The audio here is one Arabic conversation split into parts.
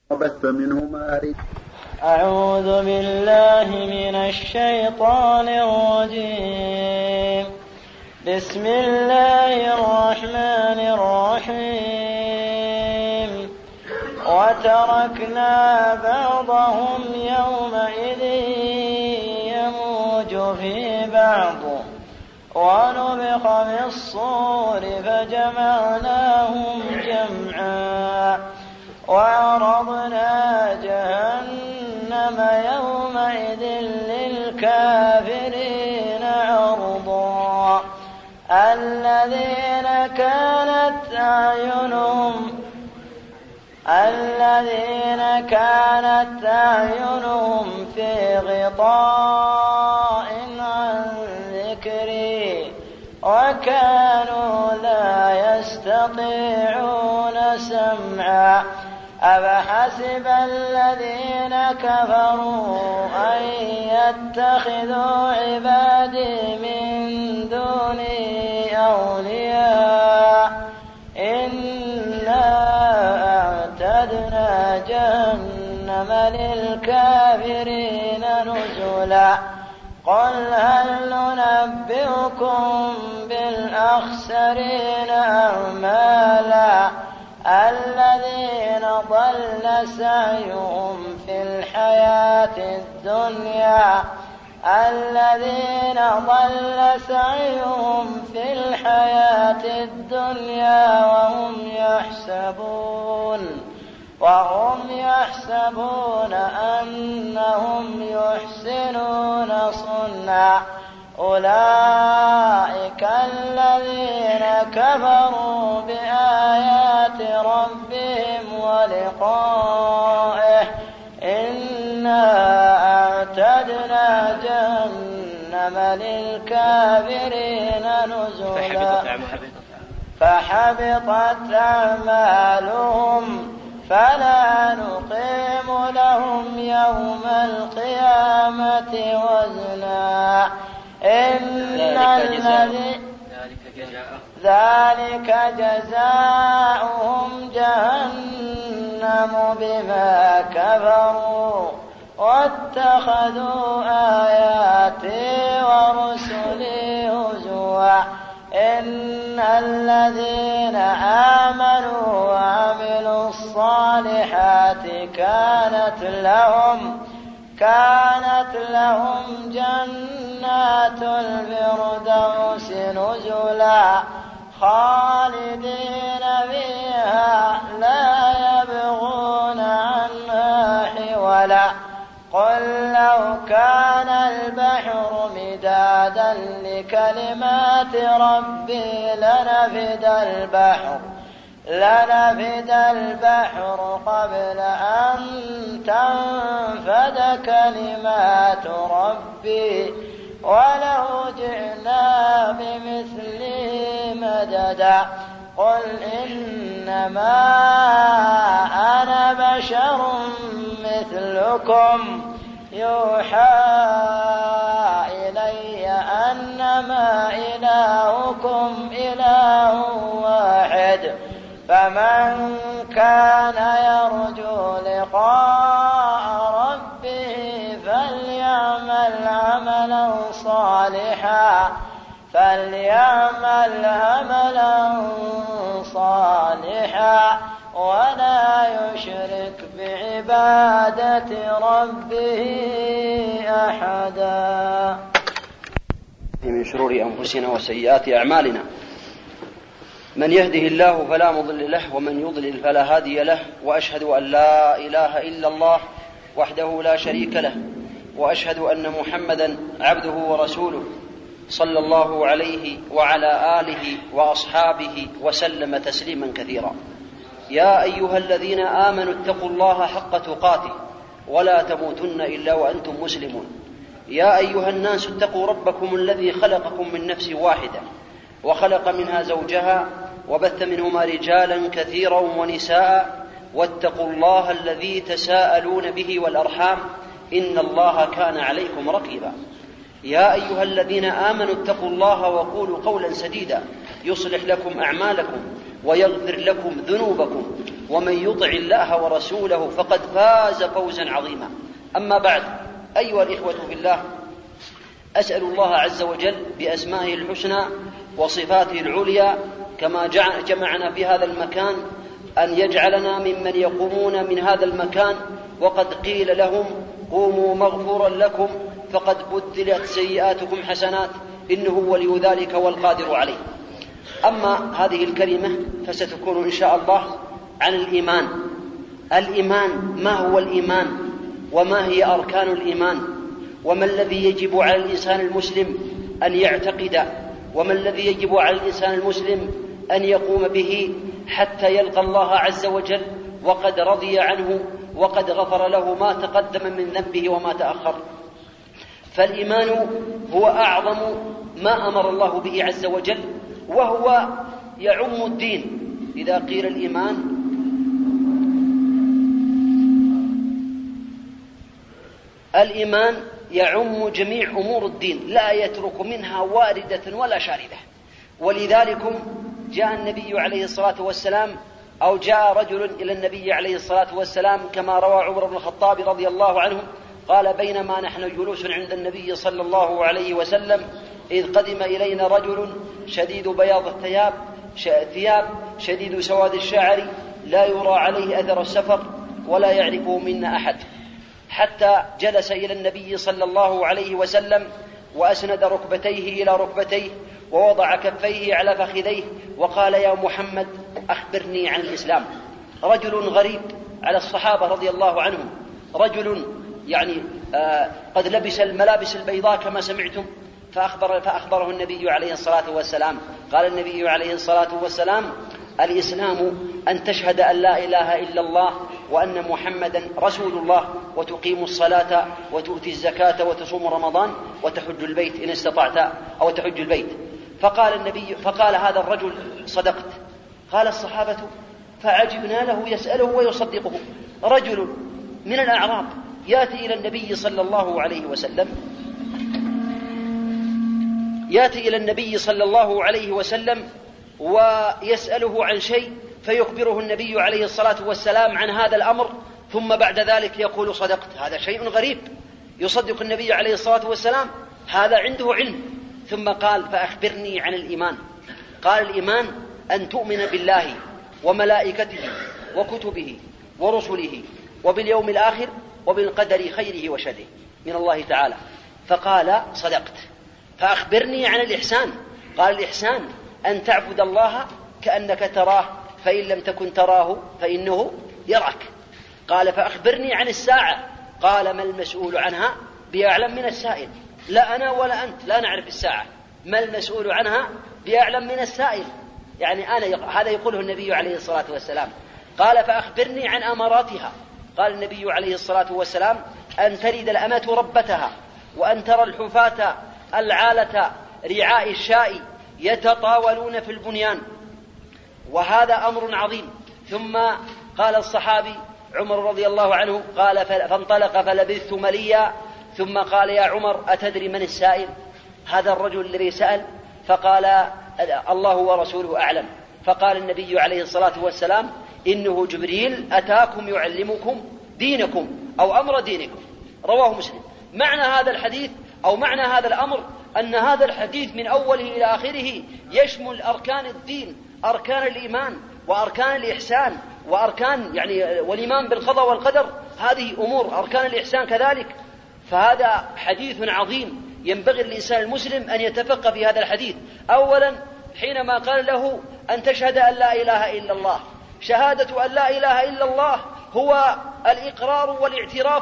وبث منهما أعوذ بالله من الشيطان الرجيم. بسم الله الرحمن الرحيم. وتركنا بعضهم يومئذ يموج في بعض ونفخ في الصور فجمعناهم جمعا وعرضنا جهنم يومئذ للكافرين عرضا الذين كانت أعينهم في غطاء عن ذكري وكانوا لا يستطيعون سمعا أفحسب الذين كفروا أن يتخذوا عبادي من دوني أولياء إنا أعتدنا جهنم للكافرين نزلا قل هل ننبئكم بالأخسرين أعمالا الذين ضل سعيهم في الحياة الدنيا وهم يحسبون أنهم يحسنون صنعا أولئك الذين كفروا بآيات ربهم ولقائه إنا أعتدنا جهنم للكافرين نزلا فحبطت أعمالهم فلا نقيم لهم يوم القيامة وزنا ذلك جزاؤهم جهنم بما كفروا واتخذوا آياتي ورسلي هزوا إن الذين آمنوا وعملوا الصالحات كانت لهم جنات الفردوس نزلا خالدين فيها لا يبغون عنها حولا قل لو كان البحر مدادا لكلمات ربي لنفد البحر قبل أن تنفد كلمات ربي ولو جئنا بمثله مددا قل إنما أنا بشر مثلكم يوحى إلي أنما إلهكم إله واحد فمن كان يرجو لقاء ربه فليعمل عملا صالحا ولا يشرك بعبادة ربه أحدا. من شرور أنفسنا وسيئات أعمالنا من يهده الله فلا مضل له ومن يضلل فلا هادي له وأشهد أن لا إله إلا الله وحده لا شريك له وأشهد أن محمدا عبده ورسوله صلى الله عليه وعلى آله وأصحابه وسلم تسليما كثيرا. يا أيها الذين آمنوا اتقوا الله حق تقاته ولا تموتن إلا وأنتم مسلمون. يا أيها الناس اتقوا ربكم الذي خلقكم من نفس واحدة وخلق منها زوجها وبث منهما رجالا كثيرا ونساء واتقوا الله الذي تساءلون به والأرحام إن الله كان عليكم رقيبا. يا أيها الذين آمنوا اتقوا الله وقولوا قولا سديدا يصلح لكم أعمالكم ويغفر لكم ذنوبكم ومن يطع الله ورسوله فقد فاز فوزا عظيما. أما بعد، أيها الإخوة في الله، أسأل الله عز وجل بأسمائه الحسنى وصفاته العليا كما جمعنا في هذا المكان أن يجعلنا ممن يقومون من هذا المكان وقد قيل لهم قوموا مغفورا لكم فقد بدلت سيئاتكم حسنات، إنه ولي ذلك والقادر عليه. أما هذه الكلمة فستكون إن شاء الله عن الإيمان. الإيمان، ما هو الإيمان؟ وما هي أركان الإيمان؟ وما الذي يجب على الإنسان المسلم أن يعتقد؟ وما الذي يجب على الإنسان المسلم أن يقوم به حتى يلقى الله عز وجل وقد رضي عنه وقد غفر له ما تقدم من ذنبه وما تأخر؟ فالإيمان هو أعظم ما أمر الله به عز وجل، وهو يعم الدين. إذا قيل الإيمان يعم جميع أمور الدين، لا يترك منها واردة ولا شاردة. ولذلك جاء النبي عليه الصلاة والسلام، أو جاء رجل إلى النبي عليه الصلاة والسلام كما روى عمر بن الخطاب رضي الله عنه قال: بينما نحن جلوس عند النبي صلى الله عليه وسلم إذ قدم إلينا رجل شديد بياض الثياب شديد سواد الشعر لا يرى عليه أثر السفر ولا يعرفه منا أحد، حتى جلس إلى النبي صلى الله عليه وسلم وأسند ركبتيه إلى ركبتيه ووضع كفيه على فخذيه وقال: يا محمد أخبرني عن الإسلام. رجل غريب على الصحابة رضي الله عنهم، رجل قد لبس الملابس البيضاء كما سمعتم، فأخبره النبي عليه الصلاة والسلام. قال النبي عليه الصلاة والسلام: الإسلام أن تشهد أن لا إله إلا الله وأن محمدا رسول الله وتقيم الصلاة وتؤتي الزكاة وتصوم رمضان وتحج البيت إن استطعت، أو تحج البيت. فقال هذا الرجل: صدقت. قال الصحابة فعجبنا له يسأله ويصدقه. رجل من الأعراب يأتي إلى النبي صلى الله عليه وسلم ويسأله عن شيء فيخبره النبي عليه الصلاة والسلام عن هذا الأمر، ثم بعد ذلك يقول: صدقت. هذا شيء غريب، يصدق النبي عليه الصلاة والسلام، هذا عنده علم. ثم قال: فأخبرني عن الإيمان. قال: الإيمان أن تؤمن بالله وملائكته وكتبه ورسله وباليوم الآخر وبالقدر خيره وشره من الله تعالى. فقال: صدقت. فأخبرني عن الإحسان. قال: الإحسان أن تعبد الله كأنك تراه فإن لم تكن تراه فإنه يراك. قال: فأخبرني عن الساعة. قال: ما المسؤول عنها بأعلم من السائل. لا أنا ولا أنت لا نعرف الساعة، ما المسؤول عنها بأعلم من السائل. هذا يقوله النبي عليه الصلاة والسلام. قال: فأخبرني عن أماراتها. قال النبي عليه الصلاة والسلام: أن تلد الأمة ربتها وأن ترى الحفاة العالة رعاء الشاء يتطاولون في البنيان. وهذا أمر عظيم. ثم قال الصحابي عمر رضي الله عنه قال: فانطلق فلبثت مليا، ثم قال: يا عمر أتدري من السائل؟ هذا الرجل الذي سأل فقال: الله ورسوله أعلم. فقال النبي عليه الصلاة والسلام: إنه جبريل أتاكم يعلمكم دينكم أو أمر دينكم. رواه مسلم. معنى هذا الحديث أو معنى هذا الأمر أن هذا الحديث من أوله إلى آخره يشمل أركان الدين، أركان الإيمان وأركان الإحسان وأركان والإيمان بالقضاء والقدر، هذه أمور أركان الإحسان كذلك. فهذا حديث عظيم ينبغي للإنسان المسلم أن يتفقه في هذا الحديث. أولا حينما قال له أن تشهد أن لا إله إلا الله، شهادة أن لا إله إلا الله هو الإقرار والاعتراف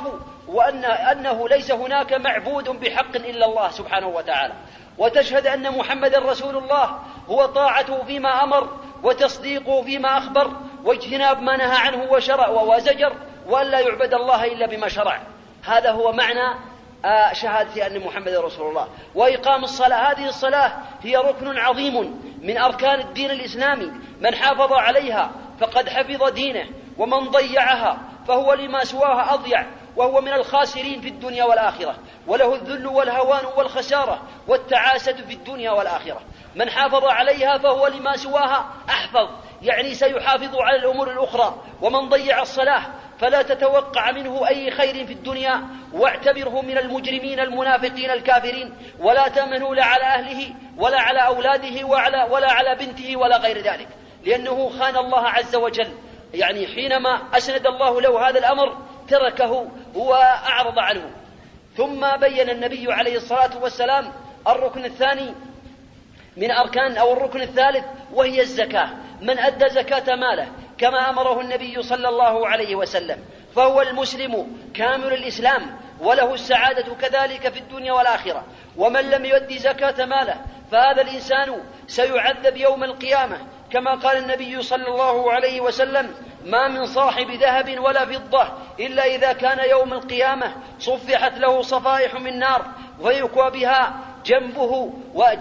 وأنه ليس هناك معبود بحق إلا الله سبحانه وتعالى، وتشهد أن محمد رسول الله هو طاعته فيما أمر وتصديقه فيما أخبر واجتناب ما نهى عنه وشرع وزجر، وأن لا يعبد الله إلا بما شرع. هذا هو معنى شهادة أن محمد رسول الله. وإقام الصلاة، هذه الصلاة هي ركن عظيم من أركان الدين الإسلامي، من حافظ عليها فقد حفظ دينه، ومن ضيعها فهو لما سواها أضيع، وهو من الخاسرين في الدنيا والآخرة، وله الذل والهوان والخسارة والتعاسة في الدنيا والآخرة. من حافظ عليها فهو لما سواها أحفظ، يعني سيحافظ على الأمور الأخرى. ومن ضيع الصلاة فلا تتوقع منه أي خير في الدنيا، واعتبره من المجرمين المنافقين الكافرين، ولا تأمنوا لا على أهله ولا على أولاده ولا على بنته ولا غير ذلك، لأنه خان الله عز وجل. يعني حينما أسند الله له هذا الأمر تركه وأعرض عنه. ثم بين النبي عليه الصلاة والسلام الركن الثاني من أركان أو الركن الثالث، وهي الزكاة. من أدى زكاة ماله كما أمره النبي صلى الله عليه وسلم فهو المسلم كامل الإسلام، وله السعادة كذلك في الدنيا والآخرة. ومن لم يؤدي زكاة ماله فهذا الإنسان سيعذب يوم القيامة، كما قال النبي صلى الله عليه وسلم: ما من صاحب ذهب ولا فضة إلا إذا كان يوم القيامة صفحت له صفائح من نار ويكوى بها جنبه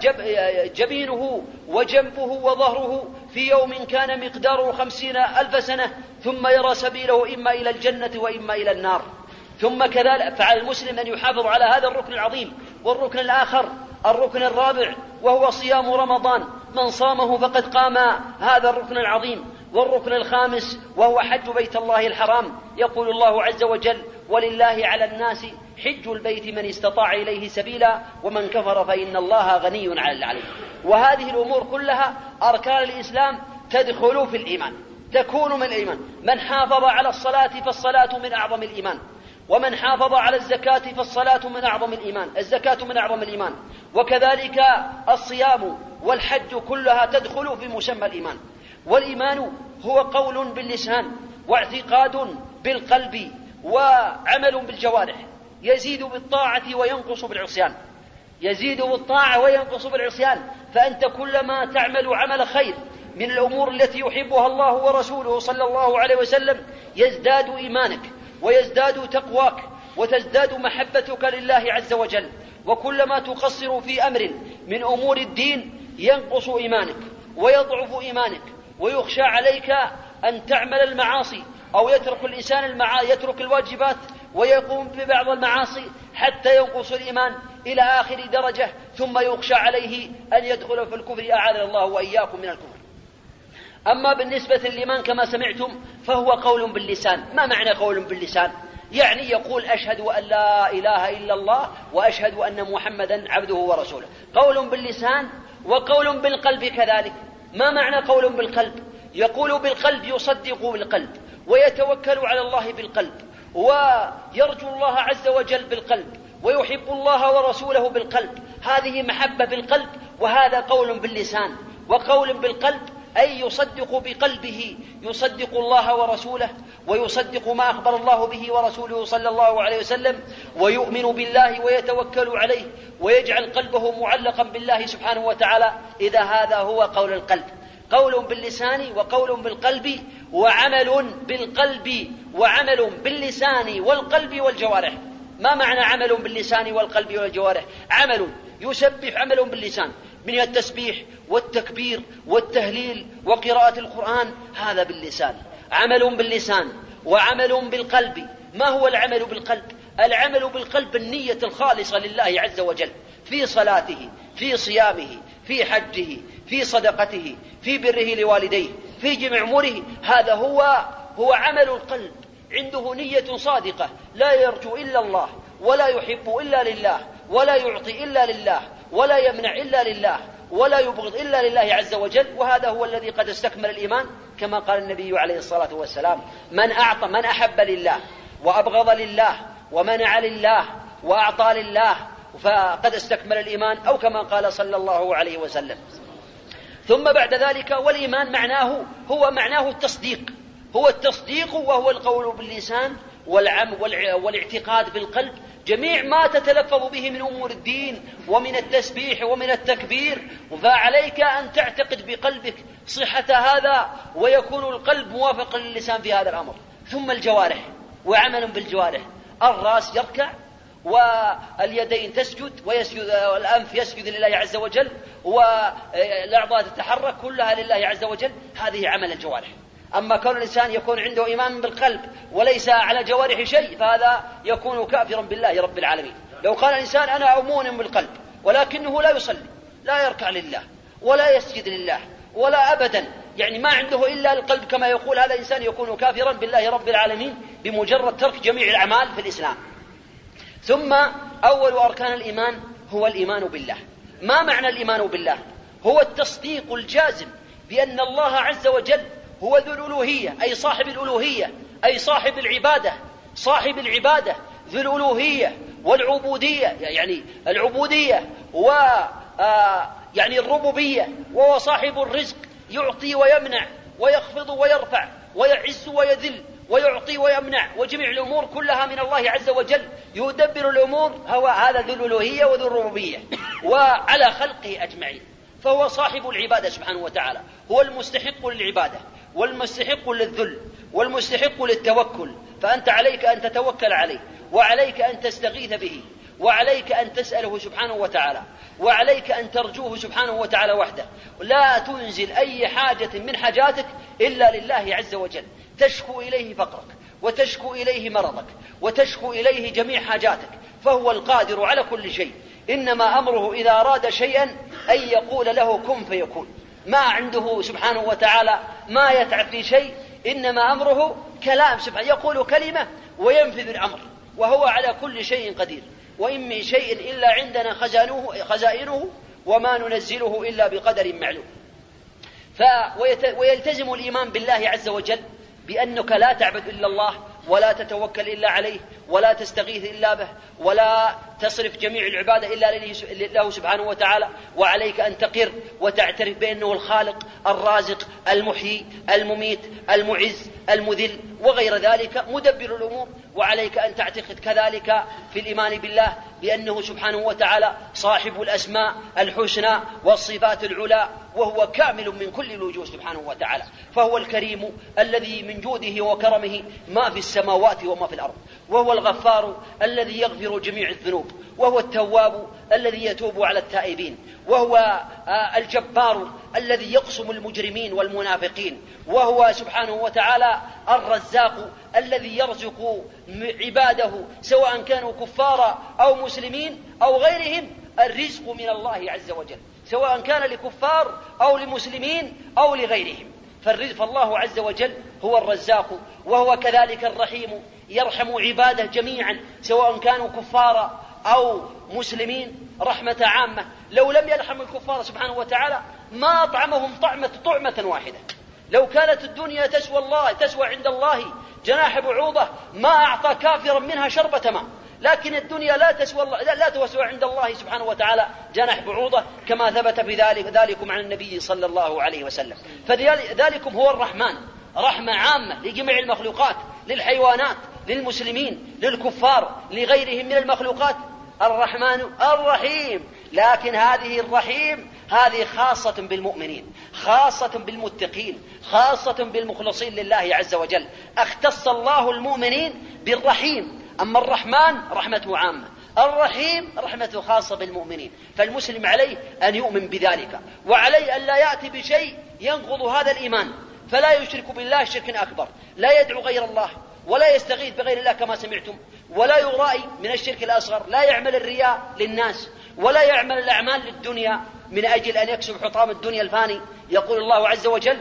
وجبينه وجنبه وظهره في يوم كان مقداره 50,000 سنة، ثم يرى سبيله إما إلى الجنة وإما إلى النار. ثم كذلك فعلى المسلم أن يحافظ على هذا الركن العظيم. والركن الآخر الركن الرابع وهو صيام رمضان، من صامه فقد قام هذا الركن العظيم. والركن الخامس وهو حج بيت الله الحرام، يقول الله عز وجل: ولله على الناس حج البيت من استطاع إليه سبيلا ومن كفر فإن الله غني عن العالمين. وهذه الأمور كلها أركان الإسلام تدخل في الإيمان، تكون من الإيمان. من حافظ على الصلاة فالصلاة من أعظم الإيمان، ومن حافظ على الزكاة فالصلاة من أعظم الإيمان، الزكاة من أعظم الإيمان، وكذلك الصيام والحج كلها تدخل في مسمى الإيمان. والإيمان هو قول باللسان واعتقاد بالقلب وعمل بالجوارح، يزيد بالطاعة وينقص بالعصيان، يزيد بالطاعة وينقص بالعصيان. فأنت كلما تعمل عمل خير من الأمور التي يحبها الله ورسوله صلى الله عليه وسلم يزداد إيمانك ويزداد تقواك وتزداد محبتك لله عز وجل. وكلما تقصر في أمر من أمور الدين ينقص إيمانك ويضعف إيمانك، ويخشى عليك أن تعمل المعاصي أو يترك الإنسان يترك الواجبات ويقوم ببعض المعاصي حتى ينقص الإيمان إلى آخر درجة، ثم يخشى عليه أن يدخل في الكفر، أعاذنا الله وإياكم من الكفر. أما بالنسبة للإيمان كما سمعتم فهو قول باللسان. ما معنى قول باللسان؟ يعني يقول: أشهد أن لا إله إلا الله وأشهد أن محمدا عبده ورسوله. قول باللسان وقول بالقلب كذلك. ما معنى قول بالقلب؟ يقول بالقلب، يصدق بالقلب ويتوكل على الله بالقلب ويرجو الله عز وجل بالقلب ويحب الله ورسوله بالقلب. هذه محبة بالقلب، وهذا قول باللسان. وقول بالقلب أي يصدق بقلبه، يصدق الله ورسوله ويصدق ما أخبر الله به ورسوله صلى الله عليه وسلم، ويؤمن بالله ويتوكل عليه ويجعل قلبه معلقا بالله سبحانه وتعالى. إذا هذا هو قول القلب، قول باللسان وقول بالقلب وعمل بالقلب وعمل باللسان والقلب والجوارح. ما معنى عمل باللسان والقلب والجوارح؟ عمل يسبح، عمل باللسان من التسبيح والتكبير والتهليل وقراءة القرآن، هذا باللسان. عمل باللسان وعمل بالقلب. ما هو العمل بالقلب؟ العمل بالقلب النية الخالصة لله عز وجل في صلاته، في صيامه، في حجه، في صدقته، في بره لوالديه، في جميع أموره. هذا هو عمل القلب، عنده نية صادقة، لا يرجو إلا الله ولا يحب إلا لله ولا يعطي إلا لله ولا يمنع إلا لله ولا يبغض إلا لله عز وجل. وهذا هو الذي قد استكمل الإيمان، كما قال النبي عليه الصلاة والسلام: من أحب لله وأبغض لله ومنع لله وأعطى لله فقد استكمل الإيمان، أو كما قال صلى الله عليه وسلم. ثم بعد ذلك والإيمان معناه التصديق، هو التصديق وهو القول باللسان والاعتقاد بالقلب. جميع ما تتلفظ به من أمور الدين ومن التسبيح ومن التكبير، فعليك أن تعتقد بقلبك صحة هذا ويكون القلب موافقا للسان في هذا الأمر. ثم الجوارح وعمل بالجوارح، الرأس يركع واليدين تسجد والأنف يسجد لله عز وجل والأعضاء تتحرك كلها لله عز وجل. هذه عمل الجوارح. أما كون الإنسان يكون عنده إيمان بالقلب وليس على جوارح شيء فهذا يكون كافرا بالله رب العالمين. لو قال الإنسان أنا مؤمن بالقلب ولكنه لا يصلي، لا يركع لله ولا يسجد لله ولا أبدا يعني ما عنده إلا القلب كما يقول، هذا الإنسان يكون كافرا بالله رب العالمين بمجرد ترك جميع الأعمال في الإسلام. ثم أول أركان الإيمان هو الإيمان بالله. ما معنى الإيمان بالله؟ هو التصديق الجازم بأن الله عز وجل هو ذو الألوهية، أي صاحب الألوهية، أي صاحب العبادة، صاحب العبادة ذو الألوهية والعبودية، يعني العبودية يعني الربوبية، وهو صاحب الرزق، يعطي ويمنع ويخفض ويرفع ويعز ويذل ويعطي ويمنع، وجميع الأمور كلها من الله عز وجل، يدبر الأمور، هو هذا ذو الألوهية وذو الربوبية وعلى خلقه أجمعين. فهو صاحب العبادة سبحانه وتعالى، هو المستحق للعبادة والمستحق للذل والمستحق للتوكل. فأنت عليك أن تتوكل عليه، وعليك أن تستغيث به، وعليك أن تسأله سبحانه وتعالى، وعليك أن ترجوه سبحانه وتعالى وحده. لا تنزل أي حاجة من حاجاتك إلا لله عز وجل، تشكو إليه فقرك، وتشكو إليه مرضك، وتشكو إليه جميع حاجاتك، فهو القادر على كل شيء. إنما أمره إذا أراد شيئا أن يقول له كن فيكون. ما عنده سبحانه وتعالى ما يتعب في شيء، إنما أمره كلام سبحانه، يقول كلمة وينفذ الأمر، وهو على كل شيء قدير. وإن من شيء إلا عندنا خزائنه وما ننزله إلا بقدر معلوم. ويلتزم الإيمان بالله عز وجل بأنك لا تعبد إلا الله، ولا تتوكل إلا عليه، ولا تستغيث إلا به، ولا تصرف جميع العبادة إلا له سبحانه وتعالى. وعليك أن تقر وتعترف بأنه الخالق الرازق المحيي المميت المعز المذل وغير ذلك، مدبر الأمور. وعليك أن تعتقد كذلك في الإيمان بالله بأنه سبحانه وتعالى صاحب الأسماء الحسنى والصفات العلى، وهو كامل من كل الوجوه سبحانه وتعالى. فهو الكريم الذي من جوده وكرمه ما في السماوات وما في الأرض، وهو الغفار الذي يغفر جميع الذنوب، وهو التواب الذي يتوب على التائبين، وهو الجبار الذي يقسم المجرمين والمنافقين، وهو سبحانه وتعالى الرزاق الذي يرزق عباده سواء كانوا كفارا أو مسلمين أو غيرهم. الرزق من الله عز وجل سواء كان لكفار أو لمسلمين أو لغيرهم. فالله عز وجل هو الرزاق، وهو كذلك الرحيم، يرحم عباده جميعا سواء كانوا كفارا أو مسلمين رحمة عامة. لو لم يرحم الكفار سبحانه وتعالى ما أطعمهم طعمة واحدة. لو كانت الدنيا تسوى عند الله جناح بعوضة ما أعطى كافرا منها شربة ماء، لكن الدنيا لا تسوى عند الله سبحانه وتعالى جناح بعوضة، كما ثبت في ذلكم عن النبي صلى الله عليه وسلم. فذلكم هو الرحمن، رحمة عامة لجميع المخلوقات، للحيوانات، للمسلمين، للكفار، لغيرهم من المخلوقات. الرحمن الرحيم. لكن هذه الرحيم هذه خاصة بالمؤمنين، خاصة بالمتقين، خاصة بالمخلصين لله عز وجل. اختص الله المؤمنين بالرحيم. أما الرحمن رحمته عامة، الرحيم رحمته خاصة بالمؤمنين. فالمسلم عليه أن يؤمن بذلك، وعليه أن لا يأتي بشيء ينقض هذا الإيمان، فلا يشرك بالله شركا أكبر، لا يدعو غير الله، ولا يستغيث بغير الله كما سمعتم، ولا يرائي من الشرك الأصغر، لا يعمل الرياء للناس، ولا يعمل الأعمال للدنيا من أجل أن يكسب حطام الدنيا الفاني. يقول الله عز وجل: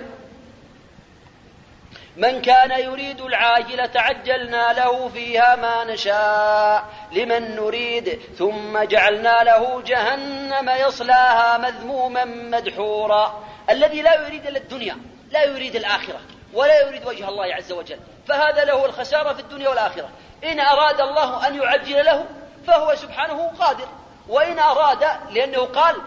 من كان يريد العاجلة عجلنا له فيها ما نشاء لمن نريد ثم جعلنا له جهنم يصلاها مذموما مدحورا. الذي لا يريد إلا الدنيا، لا يريد الآخرة، ولا يريد وجه الله عز وجل، فهذا له الخسارة في الدنيا والآخرة. إن أراد الله أن يعجل له فهو سبحانه قادر، وإن أراد، لأنه قال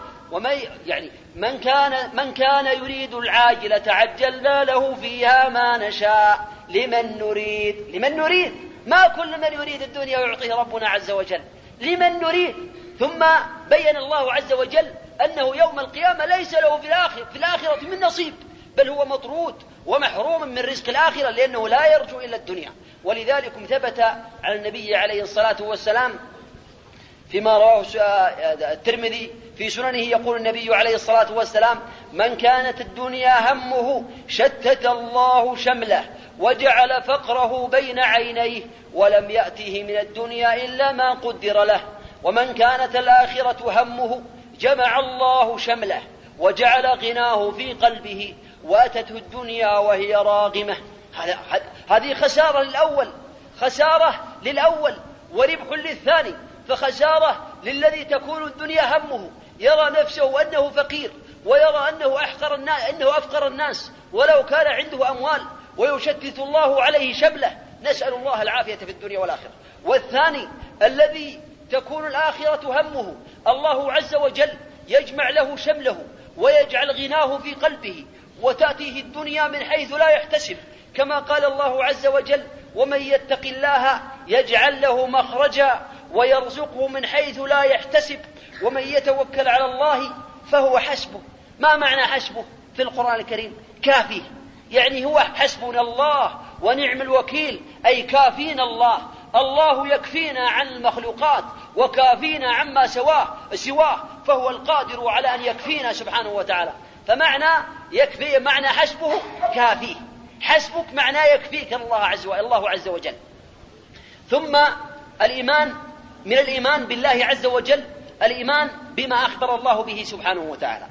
من كان يريد العاجلة عجلنا له فيها ما نشاء لمن نريد. ما كل من يريد الدنيا يعطيه ربنا عز وجل، لمن نريد. ثم بين الله عز وجل أنه يوم القيامة ليس له في الآخرة من نصيب، بل هو مطرود ومحروم من رزق الآخرة، لأنه لا يرجو إلا الدنيا. ولذلك ثبت على النبي عليه الصلاة والسلام فيما رواه الترمذي في سننه، يقول النبي عليه الصلاة والسلام: من كانت الدنيا همه شتت الله شمله وجعل فقره بين عينيه ولم يأته من الدنيا إلا ما قدر له، ومن كانت الآخرة همه جمع الله شمله وجعل غناه في قلبه وأتته الدنيا وهي راغمة. هذه خسارة للأول، خسارة للأول وربح للثاني. فخسارة للذي تكون الدنيا همه، يرى نفسه أنه فقير، ويرى أنه أفقر الناس ولو كان عنده أموال، ويشتت الله عليه شبله، نسأل الله العافية في الدنيا والآخرة. والثاني الذي تكون الآخرة همه، الله عز وجل يجمع له شمله ويجعل غناه في قلبه، وتأتيه الدنيا من حيث لا يحتسب، كما قال الله عز وجل: ومن يتق الله يجعل له مخرجا ويرزقه من حيث لا يحتسب ومن يتوكل على الله فهو حسبه. ما معنى حسبه في القرآن الكريم؟ كافيه، يعني هو حسبنا الله ونعم الوكيل، أي كافينا الله. الله يكفينا عن المخلوقات وكافينا عما سواه، فهو القادر على أن يكفينا سبحانه وتعالى. فمعنى يكفي معنى حسبه كافيه، حسبك معناه يكفيك الله عز وجل. ثم الإيمان، من الإيمان بالله عز وجل الإيمان بما أخبر الله به سبحانه وتعالى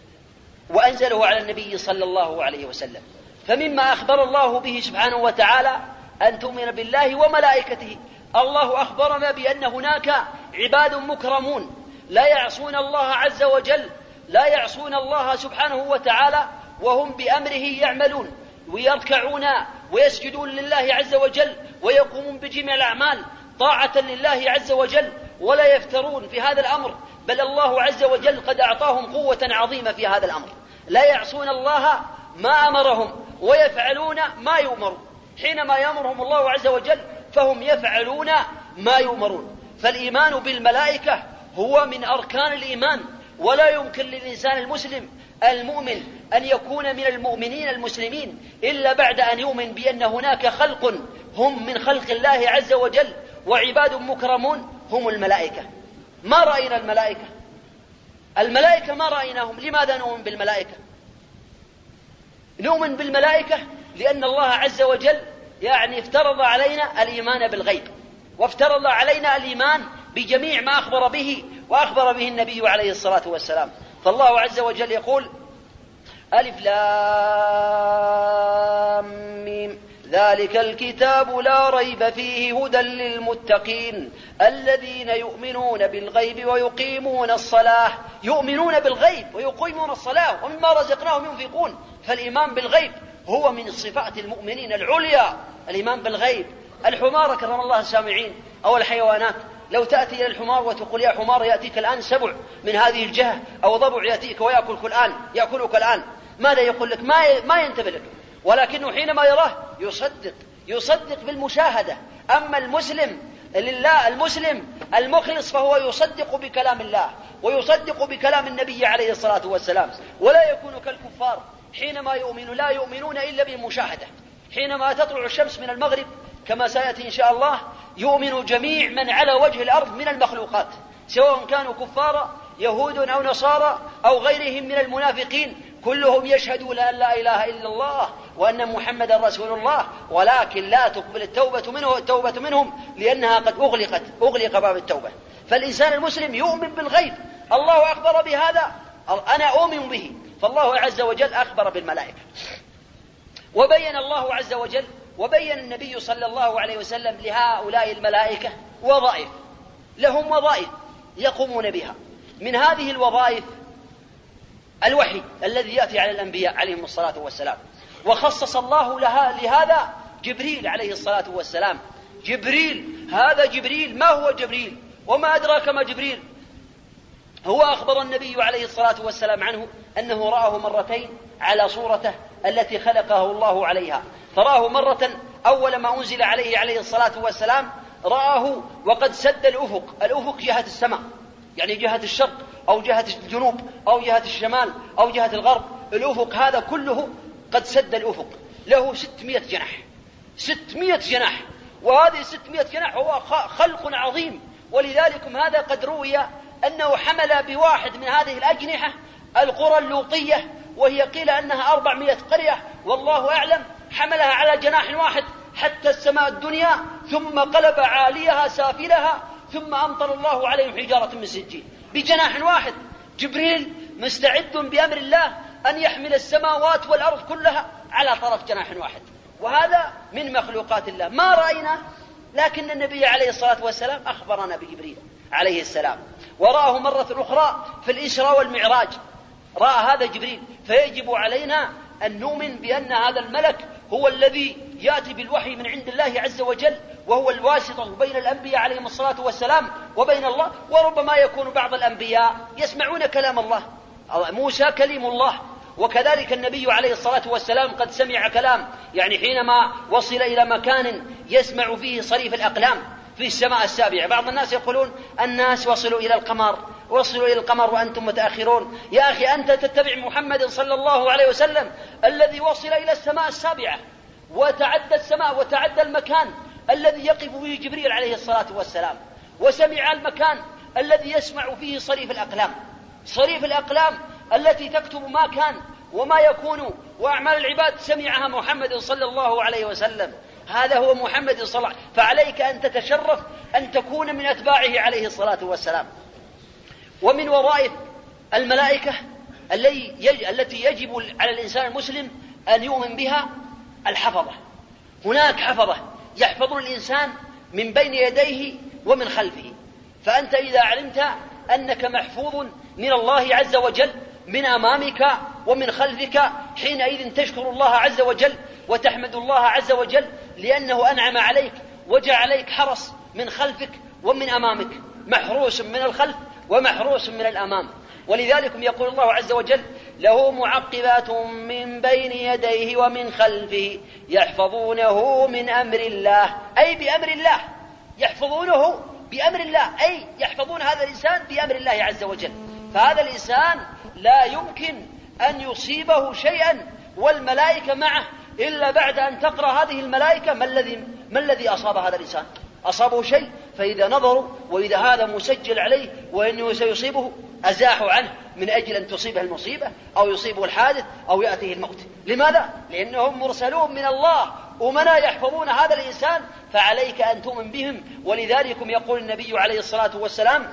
وأنزله على النبي صلى الله عليه وسلم. فمما أخبر الله به سبحانه وتعالى أن تؤمن بالله وملائكته. الله أخبرنا بأن هناك عباد مكرمون لا يعصون الله عز وجل، لا يعصون الله سبحانه وتعالى، وهم بأمره يعملون، ويركعون ويسجدون لله عز وجل، ويقومون بجميع الأعمال طاعة لله عز وجل، ولا يفترون في هذا الأمر، بل الله عز وجل قد أعطاهم قوة عظيمة في هذا الأمر. لا يعصون الله ما أمرهم ويفعلون ما يؤمرون. حينما يأمرهم الله عز وجل فهم يفعلون ما يؤمرون. فالإيمان بالملائكة هو من أركان الإيمان، ولا يمكن للإنسان المسلم المؤمن أن يكون من المؤمنين المسلمين إلا بعد أن يؤمن بأن هناك خلق هم من خلق الله عز وجل وعباد مكرمون هم الملائكة. ما رأينا الملائكة ما رأيناهم. لماذا نؤمن بالملائكة؟ نؤمن بالملائكة لأن الله عز وجل افترض علينا الإيمان بالغيب، وافترض علينا الإيمان بجميع ما أخبر به وأخبر به النبي عليه الصلاة والسلام. فالله عز وجل يقول: ألف لام ميم ذلك الكتاب لا ريب فيه هدى للمتقين الذين يؤمنون بالغيب ويقيمون الصلاة. يؤمنون بالغيب ويقيمون الصلاة ومما رزقناهم ينفقون. فالإيمان بالغيب هو من صفات المؤمنين العليا، الإيمان بالغيب. الحمار كرم الله السامعين أو الحيوانات، لو تأتي إلى الحمار وتقول: يا حمار يأتيك الآن سبع من هذه الجهة، أو ضبع يأتيك يأكلك الآن، ماذا يقول لك؟ ما ينتبه لك. ولكنه حينما يراه يصدق بالمشاهدة. أما المسلم المخلص فهو يصدق بكلام الله ويصدق بكلام النبي عليه الصلاة والسلام، ولا يكون كالكفار حينما لا يؤمنون إلا بالمشاهدة. حينما تطلع الشمس من المغرب كما سيأتي إن شاء الله، يؤمن جميع من على وجه الأرض من المخلوقات، سواء كانوا كفارا يهود أو نصارى أو غيرهم من المنافقين، كلهم يشهدون أن لا إله إلا الله وأن محمدا رسول الله، ولكن لا تقبل التوبة منهم لأنها قد أغلق باب التوبة. فالإنسان المسلم يؤمن بالغيب، الله أخبر بهذا، أنا أؤمن به. فالله عز وجل أخبر بالملائكة، وبين الله عز وجل وبين النبي صلى الله عليه وسلم لهؤلاء الملائكة وظائف، لهم وظائف يقومون بها. من هذه الوظائف الوحي الذي يأتي على الأنبياء عليهم الصلاة والسلام، وخصص الله لهذا جبريل عليه الصلاة والسلام. هذا جبريل. ما هو جبريل وما أدراك ما جبريل؟ هو أخبر النبي عليه الصلاة والسلام عنه أنه رآه مرتين على صورته التي خلقه الله عليها. فرآه مرة أول ما أنزل عليه الصلاة والسلام، رآه وقد سد الأفق جهة السماء، يعني جهة الشرق أو جهة الجنوب أو جهة الشمال أو جهة الغرب. الأفق هذا كله قد سد الأفق، له 600 جناح، وهذه 600 جناح هو خلق عظيم. ولذلك هذا قد روي أنه حمل بواحد من هذه الأجنحة القرى اللوطية، وهي قيل أنها 400 قرية والله أعلم، حملها على جناح واحد حتى السماء الدنيا، ثم قلب عاليها سافلها، ثم أمطر الله عليهم حجارة من سجيل بجناح واحد. جبريل مستعد بأمر الله أن يحمل السماوات والأرض كلها على طرف جناح واحد، وهذا من مخلوقات الله ما رأينا، لكن النبي عليه الصلاة والسلام أخبرنا بجبريل عليه السلام، ورآه مرة أخرى في الإسراء والمعراج، رأى هذا جبريل. فيجب علينا أن نؤمن بأن هذا الملك هو الذي يأتي بالوحي من عند الله عز وجل، وهو الواسطة بين الأنبياء عليهم الصلاة والسلام وبين الله. وربما يكون بعض الأنبياء يسمعون كلام الله، موسى كلم الله، وكذلك النبي عليه الصلاة والسلام قد سمع كلام، يعني حينما وصل إلى مكان يسمع فيه صريف الأقلام في السماء السابعة. بعض الناس يقولون الناس وصلوا إلى القمر وأنتم متأخرون. يا أخي أنت تتبع محمد صلى الله عليه وسلم الذي وصل إلى السماء السابعة وتعدى السماء وتعدى المكان الذي يقف فيه جبريل عليه الصلاة والسلام، وسمع المكان الذي يسمع فيه صريف الأقلام التي تكتب ما كان وما يكون وأعمال العباد، سمعها محمد صلى الله عليه وسلم. هذا هو محمد صلى الله عليه وسلم، فعليك أن تتشرف أن تكون من أتباعه عليه الصلاة والسلام. ومن وظائف الملائكة التي يجب على الإنسان المسلم أن يؤمن بها الحفظة. هناك حفظة يحفظون الإنسان من بين يديه ومن خلفه. فأنت إذا علمت أنك محفوظ من الله عز وجل من أمامك ومن خلفك، حينئذ تشكر الله عز وجل وتحمد الله عز وجل لأنه أنعم عليك وجعل عليك حرس من خلفك ومن أمامك، محروس من الخلف ومحروس من الأمام. ولذلك يقول الله عز وجل: له معقبات من بين يديه ومن خلفه يحفظونه من أمر الله، أي بأمر الله، يحفظونه بأمر الله، أي يحفظون هذا الإنسان بأمر الله عز وجل. فهذا الإنسان لا يمكن أن يصيبه شيئا والملائكة معه إلا بعد أن تقرأ هذه الملائكة ما الذي أصاب هذا الإنسان. أصابه شيء، فإذا نظروا وإذا هذا مسجل عليه وإنه سيصيبه أزاحوا عنه من أجل أن تصيبه المصيبة أو يصيبه الحادث أو يأتيه الموت. لماذا؟ لأنهم مرسلون من الله أمنا يحفظون هذا الإنسان، فعليك أن تؤمن بهم. ولذلك يقول النبي عليه الصلاة والسلام: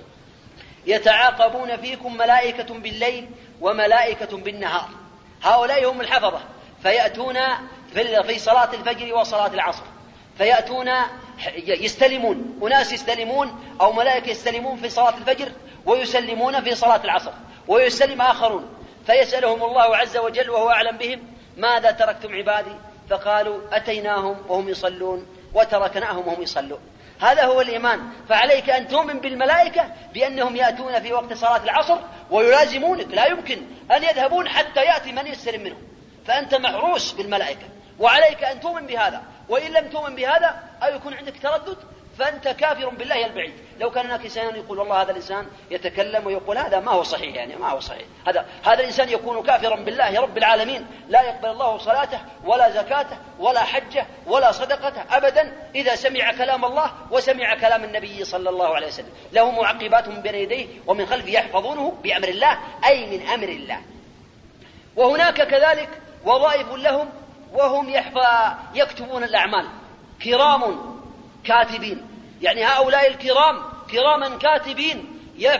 يتعاقبون فيكم ملائكة بالليل وملائكة بالنهار. هؤلاء هم الحفظة، فيأتون في صلاة الفجر وصلاة العصر، فيأتون يستلمون، أناس يستلمون أو ملائكة يستلمون في صلاة الفجر ويسلمون في صلاة العصر، ويسلم آخرون، فيسألهم الله عز وجل وهو أعلم بهم: ماذا تركتم عبادي؟ فقالوا: أتيناهم وهم يصلون وتركناهم وهم يصلون. هذا هو الإيمان. فعليك أن تؤمن بالملائكة بأنهم يأتون في وقت صلاة العصر ويلازمونك، لا يمكن أن يذهبون حتى يأتي من يستلم منهم، فأنت محروس بالملائكة، وعليك أن تؤمن بهذا. وإن لم تؤمن بهذا أو يكون عندك تردد فأنت كافر بالله البعيد. لو كان هناك إنسان يقول والله هذا الإنسان يتكلم ويقول هذا ما هو صحيح، يعني ما هو صحيح، هذا الإنسان يكون كافرا بالله رب العالمين، لا يقبل الله صلاته ولا زكاته ولا حجه ولا صدقته أبدا إذا سمع كلام الله وسمع كلام النبي صلى الله عليه وسلم. له معقبات من بين يديه ومن خلفه يحفظونه بأمر الله، أي من أمر الله. وهناك كذلك وظائف لهم وهم يكتبون الأعمال، كرام كاتبين، يعني هؤلاء الكرام كراما كاتبين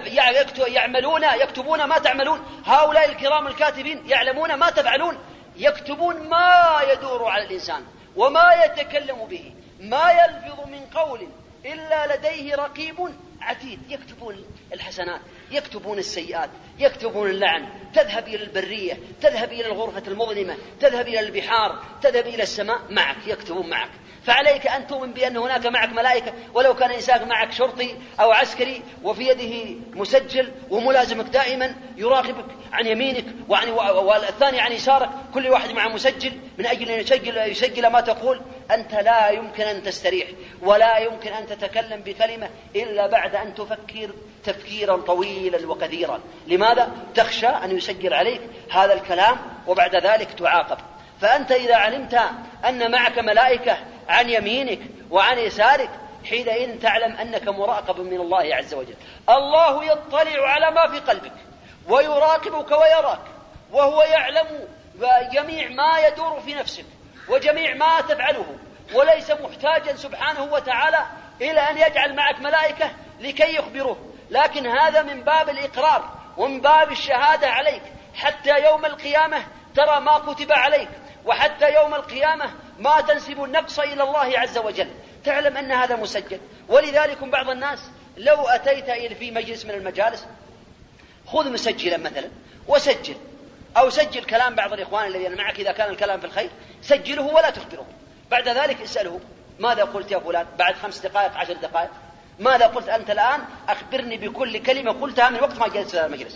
يكتبون ما تعملون. هؤلاء الكرام الكاتبين يعلمون ما تفعلون، يكتبون ما يدور على الإنسان وما يتكلم به، ما يلفظ من قول إلا لديه رقيب عتيد. يكتبون الحسنات، يكتبون السيئات، يكتبون اللعن، تذهب إلى البرية، تذهب إلى الغرفة المظلمة، تذهب إلى البحار، تذهب إلى السماء، معك يكتبون معك. فعليك أن تؤمن بأن هناك معك ملائكة، ولو كان إنسان معك شرطي أو عسكري وفي يده مسجل وملازمك دائما يراقبك عن يمينك والثاني عن يسارك، كل واحد مع مسجل من أجل أن يسجل ما تقول، أنت لا يمكن أن تستريح ولا يمكن أن تتكلم بكلمة إلا بعد أن تفكر تفكيرا طويلا وكثيرا. لماذا؟ تخشى أن يسجل عليك هذا الكلام وبعد ذلك تعاقب. فأنت إذا علمت أن معك ملائكة عن يمينك وعن يسارك، حينئذ تعلم أنك مراقب من الله عز وجل. الله يطلع على ما في قلبك ويراقبك ويراك، وهو يعلم جميع ما يدور في نفسك وجميع ما تفعله، وليس محتاجا سبحانه وتعالى إلى أن يجعل معك ملائكة لكي يخبروه، لكن هذا من باب الإقرار ومن باب الشهادة عليك حتى يوم القيامة ترى ما كتب عليك، وحتى يوم القيامة ما تنسب النقص إلى الله عز وجل، تعلم أن هذا مسجل. ولذلك بعض الناس لو أتيت في مجلس من المجالس خذ مسجلا مثلا وسجل، أو سجل كلام بعض الإخوان الذين معك إذا كان الكلام في الخير سجله ولا تخبره، بعد ذلك اسأله ماذا قلت يا فلان بعد 5 دقائق 10 دقائق، ماذا قلت أنت الآن؟ أخبرني بكل كلمة قلتها من وقت ما جلست في المجلس.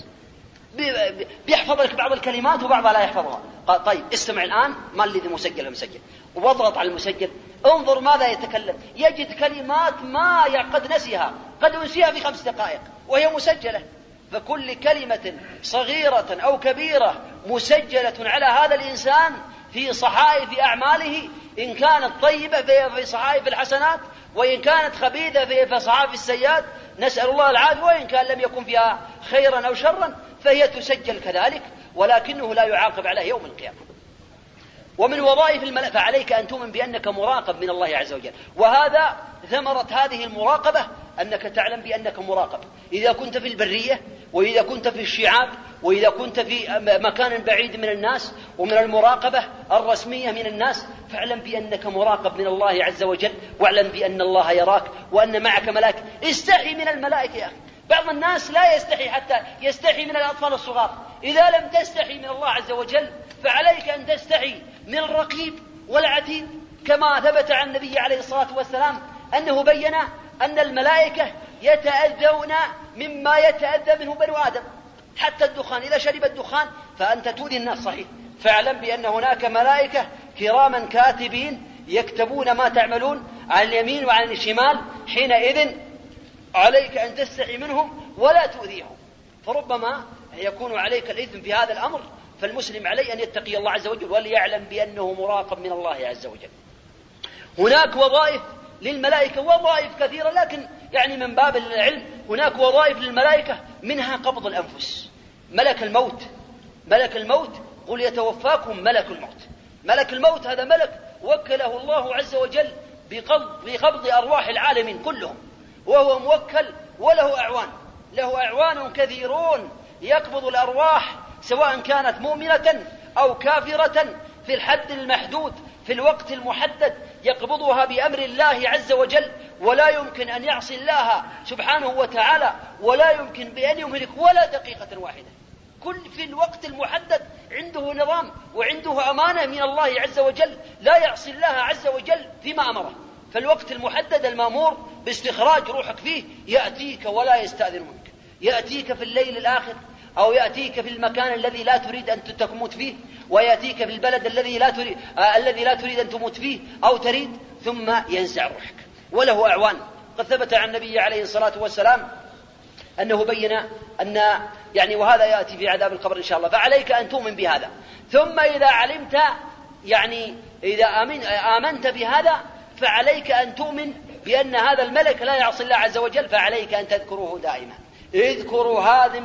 بيحفظ لك بعض الكلمات وبعضها لا يحفظها. قال طيب استمع الآن ما الذي مسجل واضغط على المسجل، انظر ماذا يتكلم، يجد كلمات ما قد نسيها، قد أنسيها في 5 دقائق وهي مسجلة. فكل كلمة صغيرة أو كبيرة مسجلة على هذا الإنسان في صحائف أعماله، إن كانت طيبة فهي في صحائف الحسنات، وإن كانت خبيثة فهي في صحائف السيئات، نسأل الله العافية. وإن كان لم يكن فيها خيرا أو شرا فهي تسجل كذلك، ولكنه لا يعاقب عليه يوم القيامة. ومن وظائف الملائكة فعليك أن تؤمن بأنك مراقب من الله عز وجل، وهذا ثمرة هذه المراقبة أنك تعلم بأنك مراقب إذا كنت في البرية، وإذا كنت في الشعاب، وإذا كنت في مكان بعيد من الناس ومن المراقبة الرسمية من الناس، فاعلم بأنك مراقب من الله عز وجل، واعلم بأن الله يراك وأن معك ملائكة. استحي من الملائكة يا أخي، بعض الناس لا يستحي، حتى يستحي من الأطفال الصغار. إذا لم تستحي من الله عز وجل فعليك أن تستحي من الرقيب والعتيد، كما ثبت عن النبي عليه الصلاة والسلام أنه بين أن الملائكة يتأذون مما يتأذى منه بنو آدم، حتى الدخان، إذا شرب الدخان فأنت تؤذي الناس صحيح. فاعلم بأن هناك ملائكة كراما كاتبين يكتبون ما تعملون عن اليمين وعن الشمال، حينئذ عليك أن تستحي منهم ولا تؤذيهم، فربما يكون عليك الإثم في هذا الأمر. فالمسلم عليه أن يتقي الله عز وجل وليعلم بأنه مراقب من الله عز وجل. هناك وظائف للملائكة، وظائف كثيرة، لكن يعني من باب العلم هناك وظائف للملائكة منها قبض الأنفس. ملك الموت قل يتوفاكم ملك الموت. ملك الموت هذا ملك وكله الله عز وجل بقبض أرواح العالمين كلهم، وهو موكل وله أعوان، له أعوان كثيرون يقبض الأرواح سواء كانت مؤمنة أو كافرة في الحد المحدود في الوقت المحدد، يقبضها بأمر الله عز وجل، ولا يمكن أن يعصي الله سبحانه وتعالى، ولا يمكن بأن يملك ولا دقيقة واحدة. كل في الوقت المحدد عنده نظام وعنده أمانة من الله عز وجل، لا يعصي الله عز وجل فيما أمره. فالوقت المحدد المأمور باستخراج روحك فيه يأتيك ولا يستأذن منك، يأتيك في الليل الآخر، أو يأتيك في المكان الذي لا تريد أن تموت فيه، ويأتيك في البلد الذي لا تريد أن تموت فيه أو تريد، ثم ينزع روحك وله أعوان. قد ثبت عن النبي عليه الصلاة والسلام أنه بين أن يعني وهذا يأتي في عذاب القبر إن شاء الله، فعليك أن تؤمن بهذا. ثم إذا علمت يعني إذا آمنت بهذا فعليك أن تؤمن بأن هذا الملك لا يعصي الله عز وجل، فعليك أن تذكره دائما. اذكروا هذه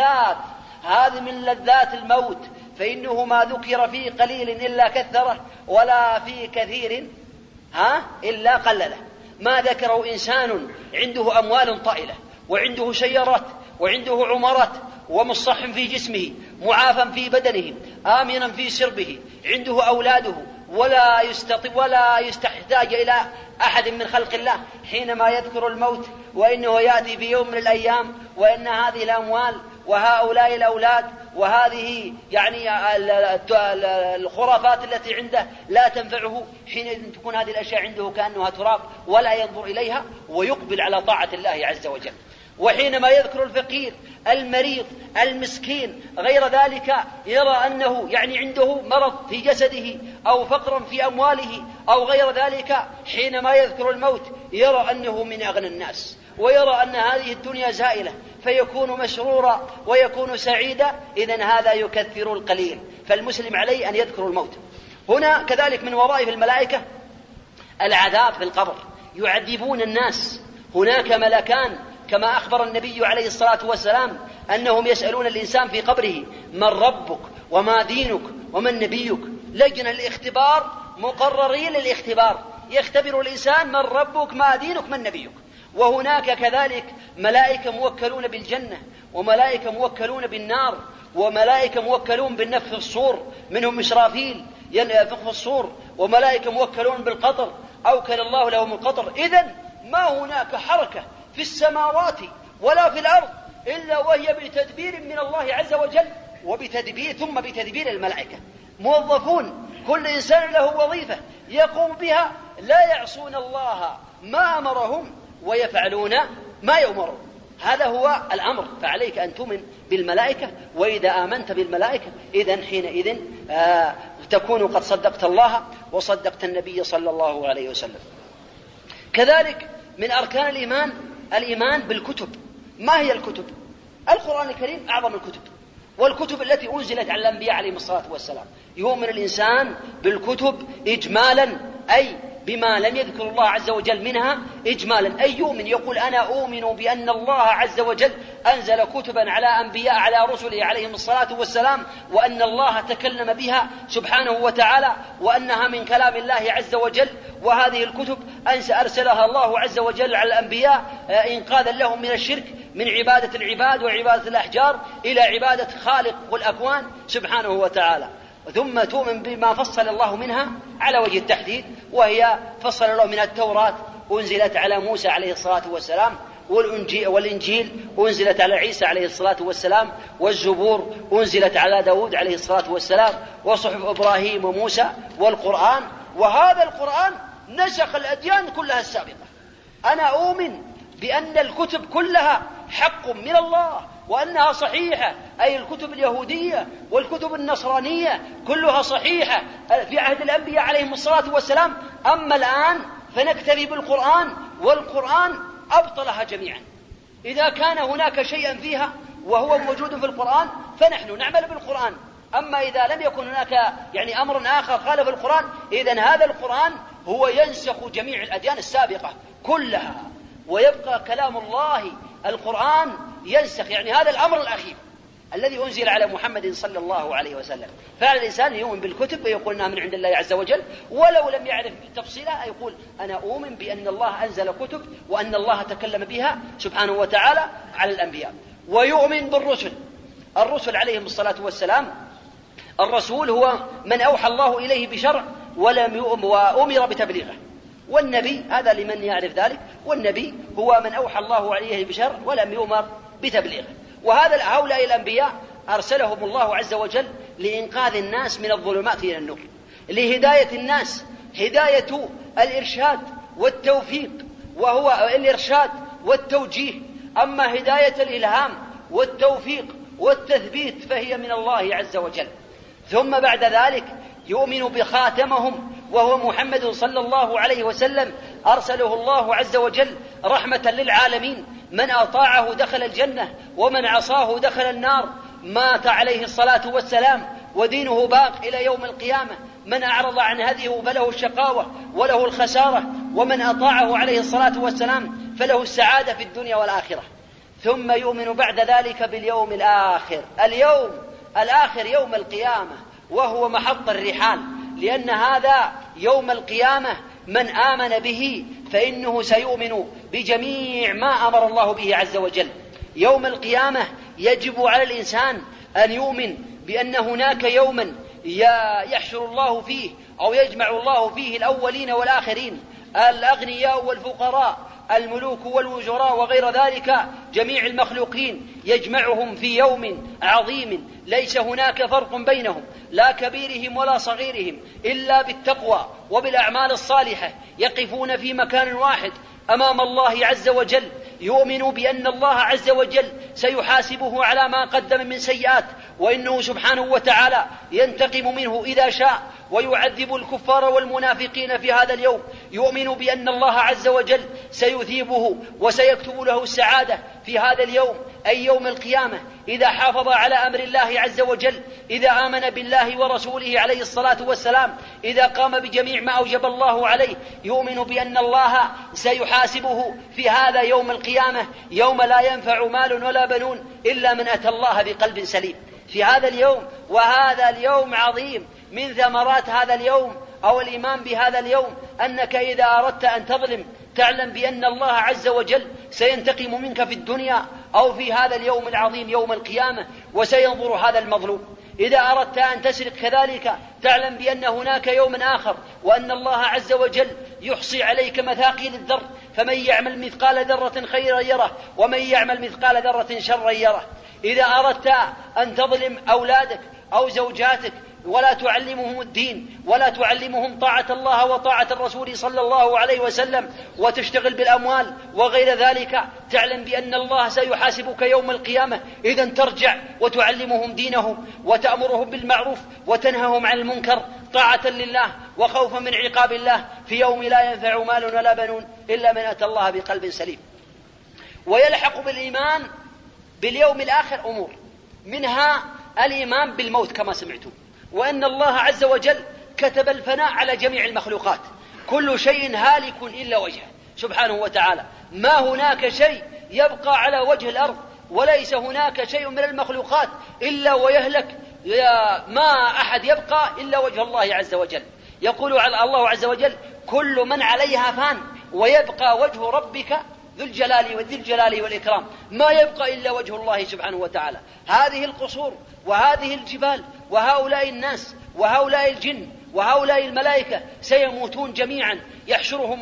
من لذات الموت، فإنه ما ذكر في قليل إلا كثره، ولا في كثير إلا قلله. ما ذكره إنسان عنده أموال طائلة، وعنده سيارات، وعنده عمارات، ومصح في جسمه، معافى في بدنه، آمنا في سربه، عنده أولاده، ولا يستحتاج إلى أحد من خلق الله، حينما يذكر الموت وإنه يأتي في يوم من الأيام وإن هذه الأموال وهؤلاء الأولاد وهذه يعني الخرافات التي عنده لا تنفعه، حينئذ تكون هذه الأشياء عنده كأنها تراب ولا ينظر إليها ويقبل على طاعة الله عز وجل. وحينما يذكر الفقير المريض المسكين غير ذلك يرى أنه يعني عنده مرض في جسده أو فقرا في أمواله أو غير ذلك، حينما يذكر الموت يرى أنه من أغنى الناس، ويرى أن هذه الدنيا زائلة، فيكون مسرورا ويكون سعيدا. إذن هذا يكثر القليل، فالمسلم عليه أن يذكر الموت. هنا كذلك من وظائف الملائكة العذاب في القبر، يعذبون الناس. هناك ملكان كما أخبر النبي عليه الصلاة والسلام أنهم يسألون الإنسان في قبره من ربك وما دينك ومن نبيك. لجنة الاختبار مقررين للاختبار، يختبر الإنسان من ربك ما دينك من نبيك. وهناك كذلك ملائكة موكلون بالجنة، وملائكة موكلون بالنار، وملائكة موكلون بالنفخ في الصور، منهم إسرافيل ينفخ في الصور، وملائكة موكلون بالقطر أوكل الله لهم القطر. إذن ما هناك حركة في السماوات ولا في الأرض إلا وهي بتدبير من الله عز وجل، ثم بتدبير الملائكة، موظفون، كل إنسان له وظيفة يقوم بها، لا يعصون الله ما أمرهم ويفعلون ما يؤمرون. هذا هو الأمر. فعليك أن تؤمن بالملائكة، وإذا آمنت بالملائكة إذن حينئذ تكون قد صدقت الله وصدقت النبي صلى الله عليه وسلم. كذلك من أركان الإيمان بالكتب. ما هي الكتب؟ القرآن الكريم أعظم الكتب، والكتب التي أنزلت على الأنبياء عليهم الصلاة والسلام. يؤمن الإنسان بالكتب إجمالا، أي بما لم يذكر الله عز وجل منها إجمالا، أي يؤمن يقول أنا أؤمن بأن الله عز وجل أنزل كتبا على أنبياء على رسله عليهم الصلاة والسلام، وأن الله تكلم بها سبحانه وتعالى، وأنها من كلام الله عز وجل. وهذه الكتب أرسلها الله عز وجل على الأنبياء إنقاذا لهم من الشرك، من عبادة العباد وعبادة الأحجار إلى عبادة خالق الأكوان سبحانه وتعالى. ثم تؤمن بما فصل الله منها على وجه التحديد، وهي فصل الله من التوراة أنزلت على موسى عليه الصلاة والسلام، والإنجيل أنزلت على عيسى عليه الصلاة والسلام، والزبور أنزلت على داود عليه الصلاة والسلام، وصحف إبراهيم وموسى، والقرآن. وهذا القرآن نسخ الأديان كلها السابقة. أنا أؤمن بأن الكتب كلها حق من الله وأنها صحيحة، أي الكتب اليهودية والكتب النصرانية كلها صحيحة في عهد الأنبياء عليهم الصلاة والسلام. أما الآن فنكتفي بالقرآن، والقرآن أبطلها جميعا. إذا كان هناك شيئا فيها وهو موجود في القرآن فنحن نعمل بالقرآن. أما إذا لم يكن هناك أمر آخر خالف القرآن، إذن هذا القرآن هو ينسخ جميع الأديان السابقة كلها، ويبقى كلام الله القرآن ينسخ. هذا الأمر الأخير الذي أنزل على محمد صلى الله عليه وسلم. فعلى الإنسان يؤمن بالكتب ويقول إنها من عند الله عز وجل، ولو لم يعرف تفصيلها يقول أنا أؤمن بأن الله أنزل كتب وأن الله تكلم بها سبحانه وتعالى على الأنبياء. ويؤمن بالرسل. الرسل عليهم الصلاة والسلام، الرسول هو من أوحى الله إليه بشرع وأمر بتبليغه، والنبي هذا لمن يعرف ذلك، والنبي هو من أوحى الله عليه بشرع ولم يؤمر بتبليغه. هؤلاء الأنبياء أرسلهم الله عز وجل لإنقاذ الناس من الظلمات إلى النور، لهداية الناس، هداية الإرشاد والتوفيق، وهو الإرشاد والتوجيه. أما هداية الإلهام والتوفيق والتثبيت فهي من الله عز وجل. ثم بعد ذلك يؤمن بخاتمهم وهو محمد صلى الله عليه وسلم، أرسله الله عز وجل رحمة للعالمين. من أطاعه دخل الجنة ومن عصاه دخل النار. مات عليه الصلاة والسلام ودينه باق إلى يوم القيامة. من أعرض عن هديه فله الشقاوة وله الخسارة، ومن أطاعه عليه الصلاة والسلام فله السعادة في الدنيا والآخرة. ثم يؤمن بعد ذلك باليوم الآخر، اليوم الآخر يوم القيامة، وهو محط الرحال، لأن هذا يوم القيامة من آمن به فإنه سيؤمن بجميع ما أمر الله به عز وجل. يوم القيامة يجب على الإنسان أن يؤمن بأن هناك يوما يحشر الله فيه أو يجمع الله فيه الأولين والآخرين، الأغنياء والفقراء، الملوك والوزراء وغير ذلك، جميع المخلوقين يجمعهم في يوم عظيم ليس هناك فرق بينهم، لا كبيرهم ولا صغيرهم، إلا بالتقوى وبالأعمال الصالحة، يقفون في مكان واحد أمام الله عز وجل. يؤمن بأن الله عز وجل سيحاسبه على ما قدم من سيئات، وإنه سبحانه وتعالى ينتقم منه إذا شاء ويعذب الكفار والمنافقين في هذا اليوم. يؤمن بأن الله عز وجل سيثيبه وسيكتب له السعادة في هذا اليوم، أي يوم القيامة، إذا حافظ على أمر الله عز وجل، إذا آمن بالله ورسوله عليه الصلاة والسلام، إذا قام بجميع ما أوجب الله عليه. يؤمن بأن الله سيحاسبه في هذا يوم القيامة، يوم لا ينفع مال ولا بنون إلا من أتى الله بقلب سليم. في هذا اليوم، وهذا اليوم عظيم، من ثمرات هذا اليوم أو الإيمان بهذا اليوم أنك إذا أردت أن تظلم تعلم بأن الله عز وجل سينتقم منك في الدنيا أو في هذا اليوم العظيم يوم القيامة، وسينظر هذا المظلوم. إذا أردت أن تسرق كذلك تعلم بأن هناك يوم آخر، وأن الله عز وجل يحصي عليك مثاقيل الذر، فمن يعمل مثقال ذرة خيرا يره ومن يعمل مثقال ذرة شرا يره. إذا أردت أن تظلم أولادك أو زوجاتك ولا تعلمهم الدين ولا تعلمهم طاعة الله وطاعة الرسول صلى الله عليه وسلم وتشتغل بالأموال وغير ذلك، تعلم بأن الله سيحاسبك يوم القيامة. إذن ترجع وتعلمهم دينهم وتأمرهم بالمعروف وتنههم عن المنكر طاعة لله وخوفا من عقاب الله في يوم لا ينفع مال ولا بنون إلا من أتى الله بقلب سليم. ويلحق بالإيمان باليوم الآخر أمور، منها الإيمان بالموت كما سمعتم، وأن الله عز وجل كتب الفناء على جميع المخلوقات، كل شيء هالك إلا وجهه سبحانه وتعالى، ما هناك شيء يبقى على وجه الأرض، وليس هناك شيء من المخلوقات إلا ويهلك، ما أحد يبقى إلا وجه الله عز وجل. يقول الله عز وجل: كل من عليها فان ويبقى وجه ربك ذو الجلال والإكرام، ما يبقى إلا وجه الله سبحانه وتعالى. هذه القصور وهذه الجبال وهؤلاء الناس وهؤلاء الجن وهؤلاء الملائكة سيموتون جميعا، يحشرهم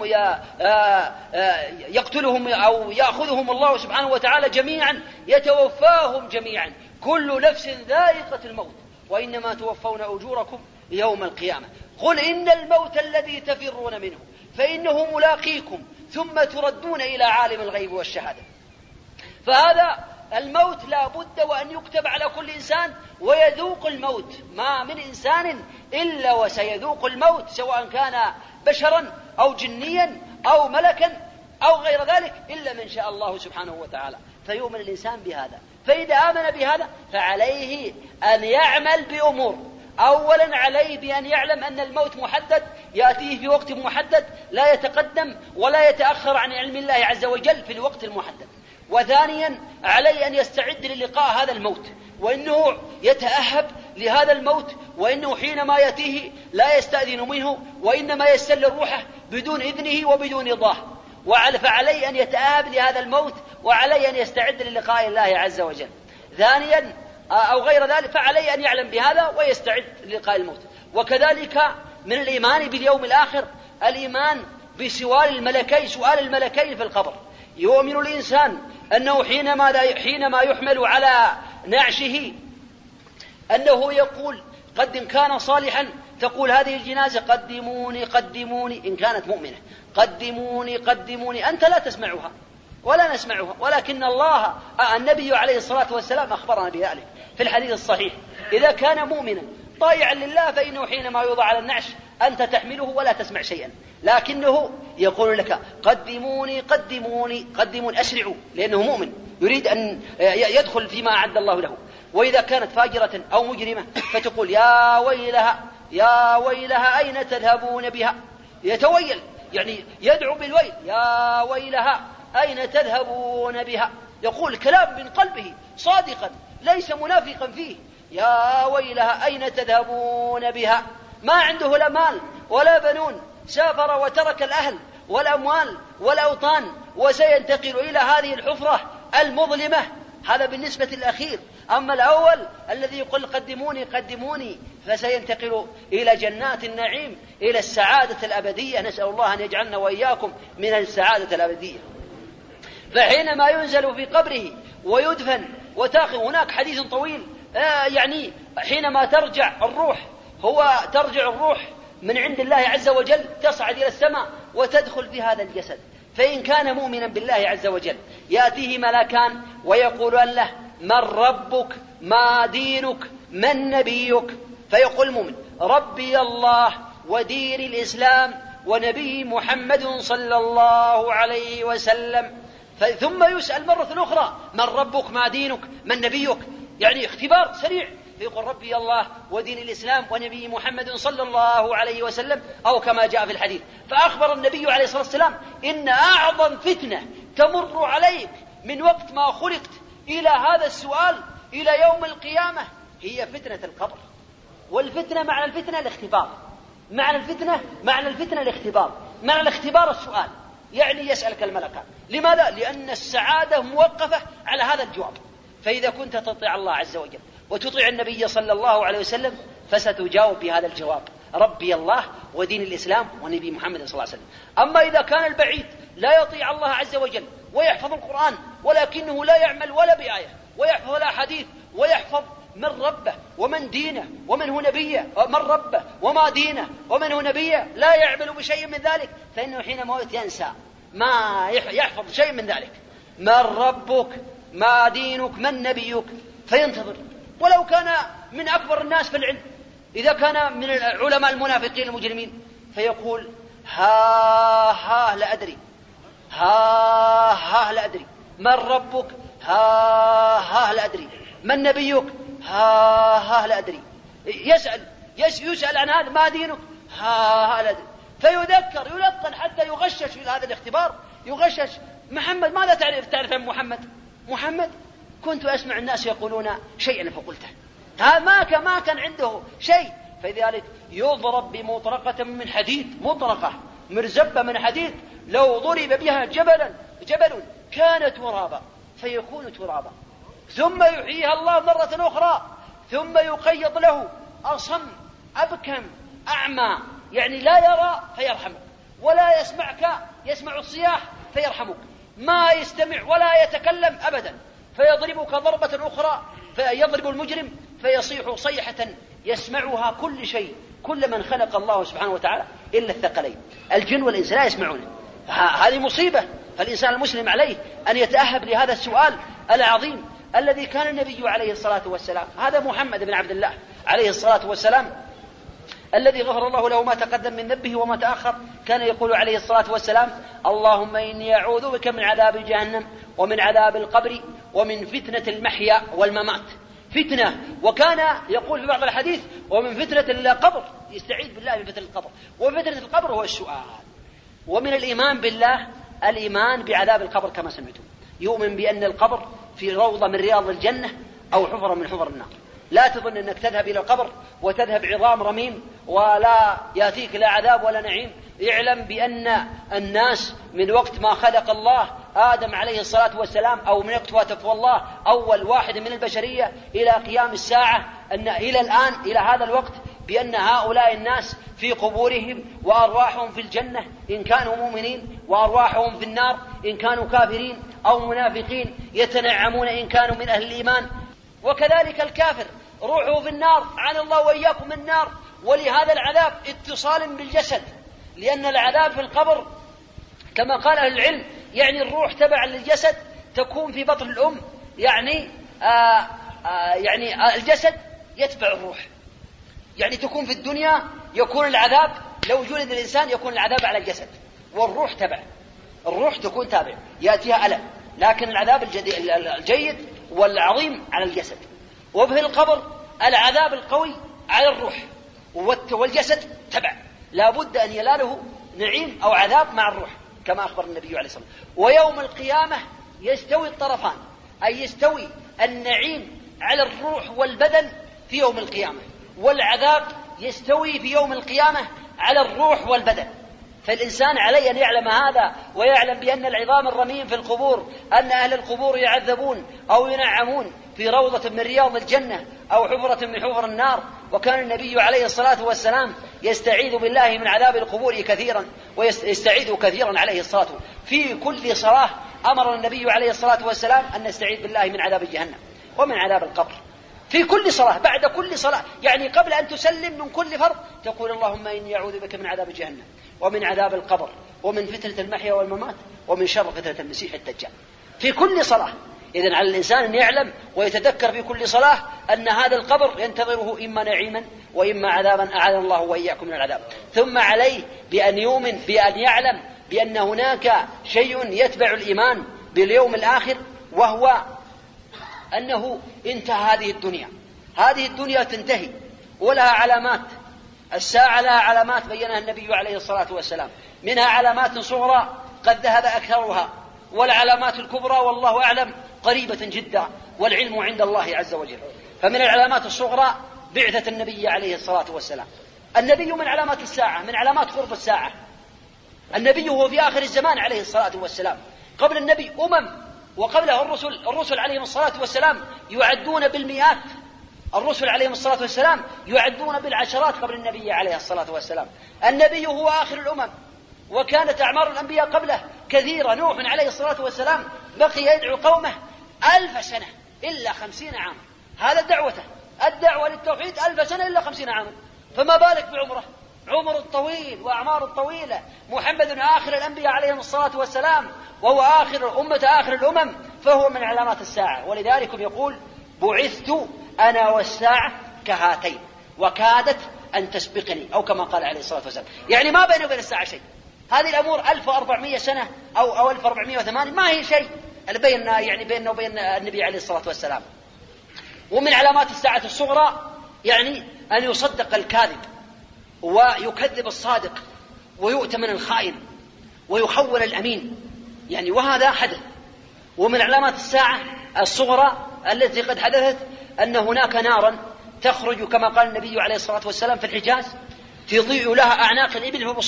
يقتلهم أو يأخذهم الله سبحانه وتعالى جميعا، يتوفاهم جميعا، كل نفس ذائقة الموت، وإنما توفون أجوركم يوم القيامة. قل إن الموت الذي تفرون منه فإنه ملاقيكم ثم تردون إلى عالم الغيب والشهادة. فهذا الموت لا بد وأن يكتب على كل إنسان، ويذوق الموت، ما من إنسان إلا وسيذوق الموت، سواء كان بشرا أو جنيا أو ملكا أو غير ذلك، إلا من شاء الله سبحانه وتعالى. فيؤمن الإنسان بهذا. فإذا آمن بهذا فعليه أن يعمل بأمور. أولا عليه بأن يعلم أن الموت محدد، يأتيه في وقت محدد، لا يتقدم ولا يتأخر عن علم الله عز وجل في الوقت المحدد. وثانيا عليه أن يستعد للقاء هذا الموت، وإنه يتأهب لهذا الموت، وإنه حينما يأتيه لا يستأذن منه، وإنما يستل روحه بدون إذنه وبدون رضاه. فعليه أن يتأهب لهذا الموت، وعليه أن يستعد للقاء الله عز وجل. ثانيا أو غير ذلك فعليه أن يعلم بهذا ويستعد للقاء الموت. وكذلك من الإيمان باليوم الآخر الإيمان بسؤال الملكين في القبر. يؤمن الإنسان أنه حينما يحمل على نعشه أنه يقول قد إن كان صالحا تقول هذه الجنازة: قدموني قدموني، إن كانت مؤمنة قدموني قدموني. أنت لا تسمعها ولا نسمعها، ولكن النبي عليه الصلاة والسلام أخبرنا بذلك في الحديث الصحيح: إذا كان مؤمنا طائعا لله فإنه حينما يوضع على النعش أنت تحمله ولا تسمع شيئا، لكنه يقول لك: قدموني قدموني قدموني، أسرعوا، لأنه مؤمن يريد أن يدخل فيما أعد الله له. وإذا كانت فاجرة أو مجرمة فتقول: يا ويلها يا ويلها أين تذهبون بها. يتويل، يعني يدعو بالويل: يا ويلها أين تذهبون بها. يقول كلام من قلبه صادقا ليس منافقا فيه: يا ويلها أين تذهبون بها. ما عنده لا مال ولا بنون، سافر وترك الأهل والأموال والأوطان وسينتقل إلى هذه الحفرة المظلمة. هذا بالنسبة الأخير. أما الأول الذي يقول قدموني قدموني فسينتقل إلى جنات النعيم، إلى السعادة الأبدية. نسأل الله أن يجعلنا وإياكم من السعادة الأبدية. فحينما ينزل في قبره ويدفن وتأخذ، هناك حديث طويل يعني حينما ترجع الروح، ترجع الروح من عند الله عز وجل، تصعد إلى السماء وتدخل في هذا الجسد. فإن كان مؤمنا بالله عز وجل يأتيه ملكان ويقولان له: من ربك ما دينك من نبيك. فيقول المؤمن: ربي الله ودين الإسلام ونبي محمد صلى الله عليه وسلم. ثم يسأل مرة أخرى: من ربك ما دينك من نبيك، يعني اختبار سريع. فيقول: ربي الله ودين الإسلام ونبي محمد صلى الله عليه وسلم، أو كما جاء في الحديث. فأخبر النبي عليه الصلاة والسلام: إن أعظم فتنة تمر عليك من وقت ما خلقت إلى هذا السؤال إلى يوم القيامة هي فتنة القبر. والفتنة معنى الفتنة الاختبار، معنى الفتنة الاختبار، معنى الاختبار السؤال. يعني يسألك الملكان. لماذا؟ لأن السعادة موقفة على هذا الجواب. فإذا كنت تطيع الله عز وجل وتطيع النبي صلى الله عليه وسلم فستجاوب بهذا الجواب: ربي الله ودين الإسلام ونبي محمد صلى الله عليه وسلم. أما إذا كان البعيد لا يطيع الله عز وجل ويحفظ القرآن ولكنه لا يعمل ولا بآية، ويحفظ الأحاديث ويحفظ من ربه ومن دينه ومن هو نبيه، من ربه وما دينه ومن هو نبيه، لا يعمل بشيء من ذلك، فإنه حين موت ينسى ما يحفظ شيء من ذلك. من ربك، ما دينك، من نبيك، فينتظر. ولو كان من أكبر الناس في العلم، إذا كان من العلماء المنافقين المجرمين، فيقول: ها لا أدري، ها لا أدري. من ربك؟ ها لا أدري. من نبيك؟ ها لا أدري. يسأل عن هذا: ما دينك؟ ها لا أدري. فيذكر يلقن حتى يغشش في هذا الاختبار، يغشش: محمد ماذا تعرف عن محمد كنت أسمع الناس يقولون شيئا فقلته. هذا ما كان عنده شيء. فلذلك يضرب بمطرقة من حديد، مطرقة مرزبة من حديد، لو ضرب بها جبل كان ترابا فيكون ترابا، ثم يحييها الله مرة أخرى، ثم يقيض له أصم أبكم أعمى، يعني لا يرى فيرحمك، ولا يسمع الصياح فيرحمك، ما يستمع ولا يتكلم أبدا، فيضربك ضربة أخرى، فيضرب المجرم فيصيح صيحة يسمعها كل شيء، كل من خلق الله سبحانه وتعالى إلا الثقلين، الجن والإنس لا يسمعونه. هذه مصيبة. فالإنسان المسلم عليه أن يتأهب لهذا السؤال العظيم الذي كان النبي عليه الصلاة والسلام، هذا محمد بن عبد الله عليه الصلاة والسلام الذي غفر الله له ما تقدم من ذنبه وما تأخر، كان يقول عليه الصلاة والسلام: اللهم إني أعوذ بك من عذاب جهنم ومن عذاب القبر ومن فتنة المحيا والممات. فتنة، وكان يقول في بعض الحديث: ومن فتنة القبر، يستعيذ بالله من فتنة القبر. وفتنة القبر هو السؤال. ومن الإيمان بالله الإيمان بعذاب القبر كما سمعتم، يؤمن بأن القبر في روضة من رياض الجنة أو حفرة من حفر النار. لا تظن أنك تذهب إلى القبر وتذهب عظام رميم ولا يأتيك لا عذاب ولا نعيم. اعلم بأن الناس من وقت ما خلق الله آدم عليه الصلاة والسلام، أو من وقت وتفوى الله أول واحد من البشرية إلى قيام الساعة، أن إلى الآن إلى هذا الوقت بأن هؤلاء الناس في قبورهم وأرواحهم في الجنة إن كانوا مؤمنين، وأرواحهم في النار إن كانوا كافرين أو منافقين، يتنعمون إن كانوا من أهل الإيمان. وكذلك الكافر روحه في النار، عن الله وإياكم النار. ولهذا العذاب اتصال بالجسد، لأن العذاب في القبر كما قال أهل العلم يعني الروح تبع للجسد تكون في بطن الأم، يعني الجسد يتبع الروح، يعني تكون في الدنيا يكون العذاب، لو جلد الإنسان يكون العذاب على الجسد والروح تبع، الروح تكون تابع يأتيها ألم، لكن العذاب الجيد والعظيم على الجسد. وفي القبر العذاب القوي على الروح، والجسد تبع، لا بد أن يلاله نعيم أو عذاب مع الروح كما أخبر النبي عليه الصلاة والسلام. ويوم القيامة يستوي الطرفان، أي يستوي النعيم على الروح والبدن في يوم القيامة، والعذاب يستوي في يوم القيامة على الروح والبدن. فالإنسان عليه أن يعلم هذا، ويعلم بأن العظام الرميم في القبور، أن أهل القبور يعذبون أو ينعمون في روضة من رياض الجنة أو حفرة من حفر النار. وكان النبي عليه الصلاة والسلام يستعيذ بالله من عذاب القبور كثيرا، ويستعيذ كثيرا عليه الصلاة. في كل صلاة أمر النبي عليه الصلاة والسلام أن نستعيذ بالله من عذاب جهنم ومن عذاب القبر، في كل صلاة، بعد كل صلاة، يعني قبل أن تسلم من كل فرض تقول: اللهم إني أعوذ بك من عذاب جهنم ومن عذاب القبر ومن فتنة المحيا والممات ومن شر فتنة المسيح الدجال، في كل صلاة. إذن على الإنسان أن يعلم ويتذكر في كل صلاة أن هذا القبر ينتظره إما نعيما وإما عذابا، أعاذنا الله وإياكم من العذاب. ثم عليه بأن يؤمن، بأن يعلم بأن هناك شيء يتبع الإيمان باليوم الآخر، وهو أنه انتهى هذه الدنيا تنتهي ولها علامات. الساعة لها علامات بينها النبي عليه الصلاة والسلام، منها علامات صغرى قد ذهب أكثرها، والعلامات الكبرى والله أعلم قريبة جدا، والعلم عند الله عز وجل. فمن العلامات الصغرى بعثة النبي عليه الصلاة والسلام. النبي من علامات الساعة، من علامات قرب الساعة، النبي هو في آخر الزمان عليه الصلاة والسلام. قبل النبي وقبله الرسل عليهم الصلاة والسلام يعدون بالمئات، الرسل عليهم الصلاة والسلام يعدون بالعشرات قبل النبي عليه الصلاة والسلام. النبي هو آخر الأمم، وكانت أعمار الأنبياء قبله كثيرة. نوح عليه الصلاة والسلام بقي يدعو قومه 1000 سنة إلا 50 عاما، هذا دعوته، الدعوة للتوحيد 1000 سنة إلا 50 عاما، فما بالك بعمره، عمر الطويل وأعمار الطويلة. محمد آخر الأنبياء عليهم الصلاة والسلام، وهو آخر الأمم، فهو من علامات الساعة. ولذلك يقول بعثت أنا والساعة كهاتين وكادت أن تسبقني، أو كما قال عليه الصلاة والسلام. يعني ما بينه وبين الساعة شيء، هذه الأمور 1400 سنة أو 1408 ما هي شيء بيننا وبين النبي عليه الصلاة والسلام. ومن علامات الساعة الصغرى يعني أن يصدق الكاذب ويكذب الصادق ويؤتمن الخائن ويخول الأمين، يعني وهذا حدث. ومن علامات الساعة الصغرى التي قد حدثت أن هناك نارا تخرج كما قال النبي عليه الصلاة والسلام في الحجاز، تضيء لها أعناق الإبل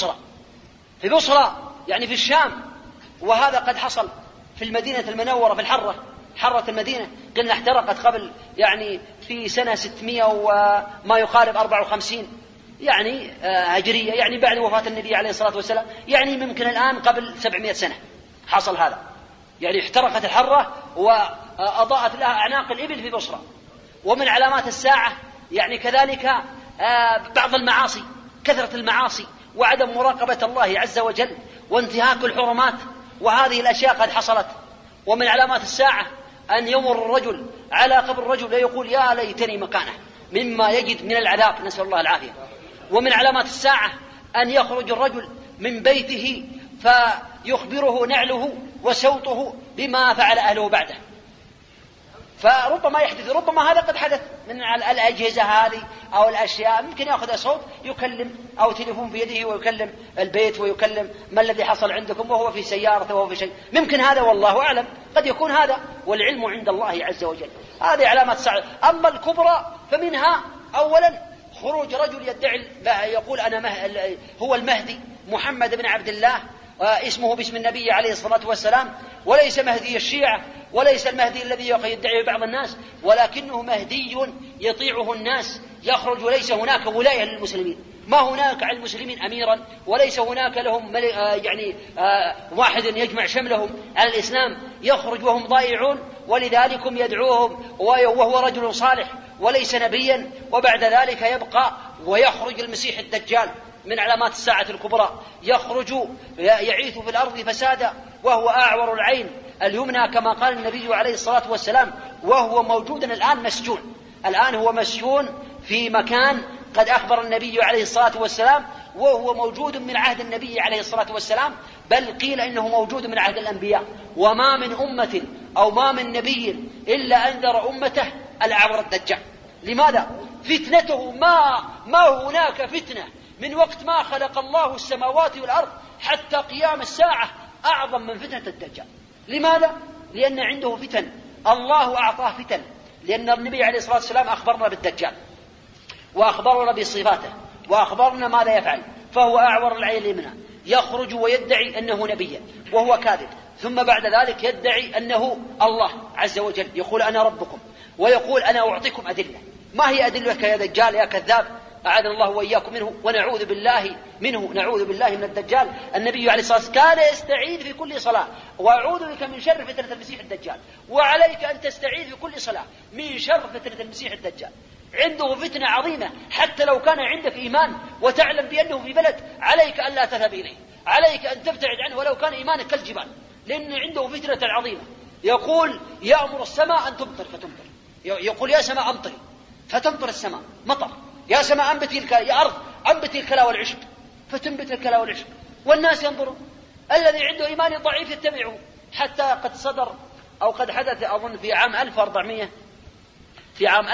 في بصرى يعني في الشام. وهذا قد حصل في المدينة المنورة في حرة المدينة، قلنا احترقت قبل يعني في سنة 600 وما يقارب 54 يعني هجرية، يعني بعد وفاة النبي عليه الصلاة والسلام، يعني ممكن الآن قبل 700 سنة حصل هذا، يعني احترقت الحرة وأضاءت لها أعناق الإبل في بصرى. ومن علامات الساعة يعني كذلك بعض المعاصي، كثرة المعاصي وعدم مراقبة الله عز وجل وانتهاك الحرمات، وهذه الأشياء قد حصلت. ومن علامات الساعة أن يمر الرجل على قبر الرجل ويقول يا ليتني مكانه مما يجد من العذاب، نسأل الله العافية. ومن علامات الساعة أن يخرج الرجل من بيته فيخبره نعله وسوطه بما فعل أهله بعده، فربما يحدث، ربما هذا قد حدث من الأجهزة هذه أو الأشياء، ممكن يأخذ صوت يكلم أو تليفون في يده ويكلم البيت ويكلم ما الذي حصل عندكم وهو في سيارته وهو في شيء، ممكن هذا والله أعلم، قد يكون هذا والعلم عند الله عز وجل. هذه علامات الساعة. أما الكبرى فمنها أولا خروج رجل يدعي يقول أنا هو المهدي محمد بن عبد الله، اسمه باسم النبي عليه الصلاة والسلام، وليس مهدي الشيعة وليس المهدي الذي يدعي بعض الناس، ولكنه مهدي يطيعه الناس، يخرج وليس هناك ولاية للمسلمين، ما هناك على المسلمين أميرا، وليس هناك لهم واحد يجمع شملهم على الإسلام، يخرج وهم ضائعون، ولذلك يدعوهم وهو رجل صالح وليس نبيا. وبعد ذلك يبقى ويخرج المسيح الدجال من علامات الساعة الكبرى، يخرج يعيث في الأرض فسادا وهو أعور العين اليمنى كما قال النبي عليه الصلاة والسلام، وهو موجود الآن مسجون، الآن هو مسجون في مكان قد أخبر النبي عليه الصلاة والسلام، وهو موجود من عهد النبي عليه الصلاة والسلام، بل قيل إنه موجود من عهد الأنبياء. وما من أمة أو ما من نبي إلا أنذر أمته الأعور الدجال. لماذا؟ فتنته ما هناك فتنة من وقت ما خلق الله السماوات والأرض حتى قيام الساعة أعظم من فتنة الدجال. لماذا؟ لأن عنده فتن، الله أعطاه فتن، لأن النبي عليه الصلاة والسلام أخبرنا بالدجال وأخبرنا بصفاته وأخبرنا ماذا يفعل، فهو أعور العين اليمنى، يخرج ويدعي أنه نبي وهو كاذب، ثم بعد ذلك يدعي أنه الله عز وجل، يقول أنا ربكم، ويقول أنا أعطيكم أدلة. ما هي أدلتك يا دجال يا كذاب؟ أعاذنا الله وإياكم منه ونعوذ بالله منه، نعوذ بالله من الدجال. النبي عليه الصلاة والسلام كان يستعيذ في كل صلاة وأعوذ بك من شر فتنة المسيح الدجال، وعليك أن تستعيذ في كل صلاة من شر فتنة المسيح الدجال. عنده فتنة عظيمة، حتى لو كان عندك إيمان وتعلم بأنه في بلد عليك أن لا تذهب إليه، عليك أن تبتعد عنه ولو كان إيمانك كالجبال، لأن عنده فتنة عظيمة. يقول يأمر السماء أن تمطر فتمطر، يقول يا سماء أمطري فتمطر السماء مطر، يا سماء أنبتي يا أرض أنبتي الكلى والعشب فتنبت الكلى والعشب، والناس ينظرون. الذي عنده إيمان ضعيف يتبعه. حتى قد صدر أو قد حدث أظن في عام 1400 في عام